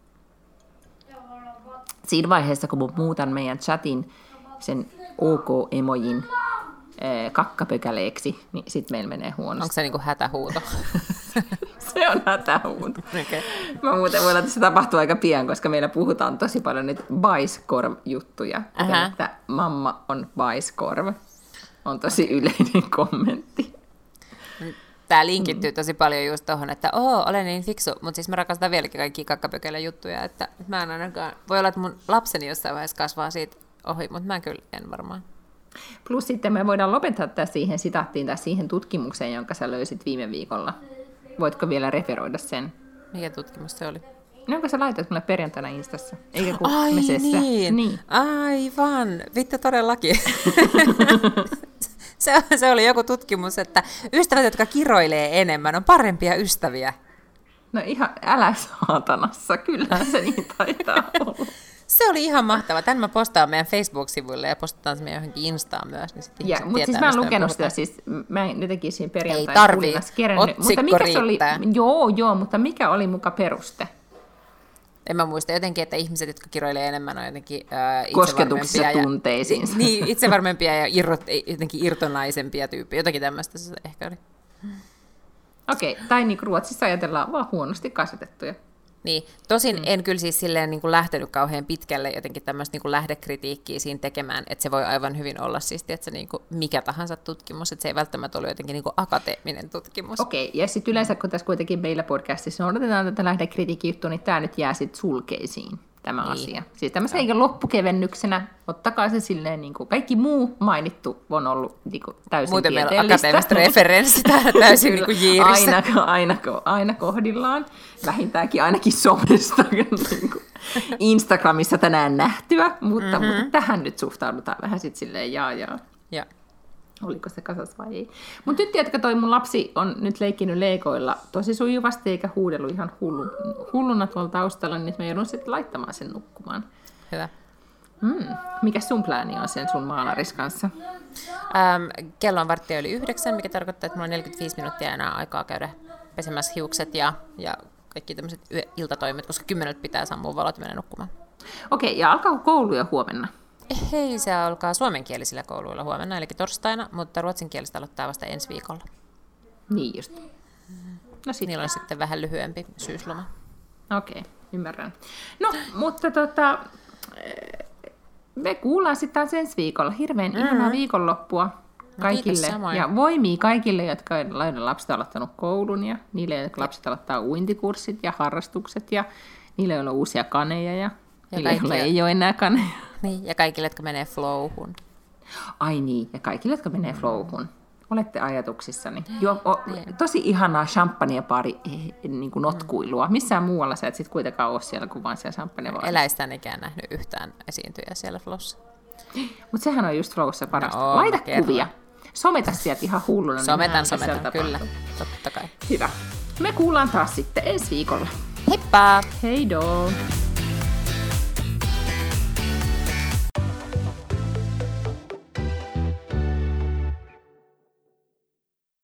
Siinä vaiheessa, kun muutan meidän chatin sen OK-emojin ee, kakkapökäleeksi, niin sitten meillä menee huonosti.
Onko se niinku hätähuuto?
Se on hätähuuto.
Okay.
Mä muuten voi olla, että se tapahtuu aika pian, koska meillä puhutaan tosi paljon nyt baiskorv-juttuja. Kuten, että mamma on baiskorv. On tosi yleinen kommentti.
Tämä linkittyy tosi paljon just tuohon, että oo, olen niin fiksu, mutta siis mä rakastan vieläkin kaikkia kakkapökälän juttuja, että mä en ainakaan, voi olla, että mun lapseni jossain vaiheessa kasvaa siitä ohi, mutta mä kyllä en varmaan.
Plus sitten me voidaan lopettaa tämä siihen sitaattiin tai siihen tutkimukseen, jonka sä löysit viime viikolla. Voitko vielä referoida sen?
Mikä tutkimus se oli?
No, onko sä laitat mulle perjantaina Instassa? Eikä kun
Ai
mesessä.
niin.
niin,
aivan, vittu todellakin. se, se oli joku tutkimus, että ystävät, jotka kiroilee enemmän, on parempia ystäviä.
No ihan älä saatanassa, kyllähän se niin taitaa olla.
Se oli ihan mahtava. Tän mä postaan meidän Facebook-sivuille ja postataan se meidän johonkin Instaan myös. Niin
ja, mutta siis mä en lukenut sitä, siis mä en jotenkin siinä perjantai.
Ei tarvii, otsikko riittää.
Oli, joo, joo, mutta mikä oli muka peruste?
En mä muista jotenkin, että ihmiset, jotka kiroilee enemmän, on jotenkin äh,
kosketuksissa tunteisiinsa.
Niin, itsevarmempia ja irrot, jotenkin irtonaisempia tyyppiä. Jotakin tämmöistä se ehkä oli.
Okei, okay, tai niin kuin Ruotsissa ajatellaan vaan huonosti kasvatettuja.
Niin, tosin
mm.
en kyllä siis silleen niin kuin lähtenyt kauhean pitkälle jotenkin tämmöistä niin kuin lähdekritiikkiä siinä tekemään, että se voi aivan hyvin olla siis, että se niin kuin mikä tahansa tutkimus, että se ei välttämättä ole jotenkin niin kuin akateeminen tutkimus.
Okei, okay, ja sitten yleensä kun tässä kuitenkin meillä podcastissa odotetaan tätä lähdekritiikki-juttua, niin tämä nyt jää sitten sulkeisiin, tämä niin. asia. Siis tämmöisen eikä loppukevennyksenä, ottakaa se silleen, niin kuin kaikki muu mainittu on ollut niin kuin täysin
muuten
tieteellistä.
Muuten meillä on akateemista referenssit täysin niin kuin jiirissä.
Aina, aina, aina kohdillaan, vähintäänkin ainakin somesta, niin kuin Instagramissa tänään nähtyä, mutta, mm-hmm. mutta tähän nyt suhtaudutaan vähän sitten silleen jaa jaa.
Ja.
Oliko se kasas vai ei. Mutta nyt tiedätkö, toi mun lapsi on nyt leikkinyt leikoilla tosi sujuvasti eikä huudellut ihan hullu, hulluna tuolla taustalla, niin mä joudun sitten laittamaan sen nukkumaan.
Hyvä.
Mm. Mikä sun plääni on sen sun maalaris kanssa?
Ähm, kello on varttia yli yhdeksän, mikä tarkoittaa, että mulla on neljäkymmentäviisi minuuttia enää aikaa käydä pesemässä hiukset ja, ja kaikki tämmöiset iltatoimet, koska kymmeneltä pitää sammua valot ja mennä nukkumaan.
Okei, ja alkaako koulu jo huomenna?
Hei, se alkaa suomenkielisillä kouluilla huomenna, eli torstaina, mutta ruotsinkielistä aloittaa vasta ensi viikolla.
Niin just.
No sit. Niillä on sitten vähän lyhyempi syysloma.
Okei, ymmärrän. No, mutta tota, me kuullaan sitten taas ensi viikolla. Hirveän mm-hmm. ihanaa viikonloppua kaikille. No, ja voimia kaikille, jotka on lapset aloittanut koulun ja niille, jotka lapset aloittaa uintikurssit ja harrastukset ja niille, joilla on uusia kaneja ja, ja niille, joilla ei ole enää kaneja.
Niin, ja kaikille, jotka menee flowhun.
Ai niin, ja kaikille, jotka menee flowhun. Olette ajatuksissani. Jo, o, tosi ihanaa champagnepari niin kuin notkuilua. Missään muualla sä et sit kuitenkaan ole siellä kuin vaan siellä champagnebaarissa.
Eläistään ikään nähnyt yhtään esiintyjä siellä flowssa.
Mutta sehän on just flowssa parasta.
No,
laita kuvia. Someta sieltä ihan hulluna.
Sometan, niin sometan, kyllä. Totta kai.
Hyvä. Me kuullaan taas sitten ensi viikolla.
Heippa!
Heidoo!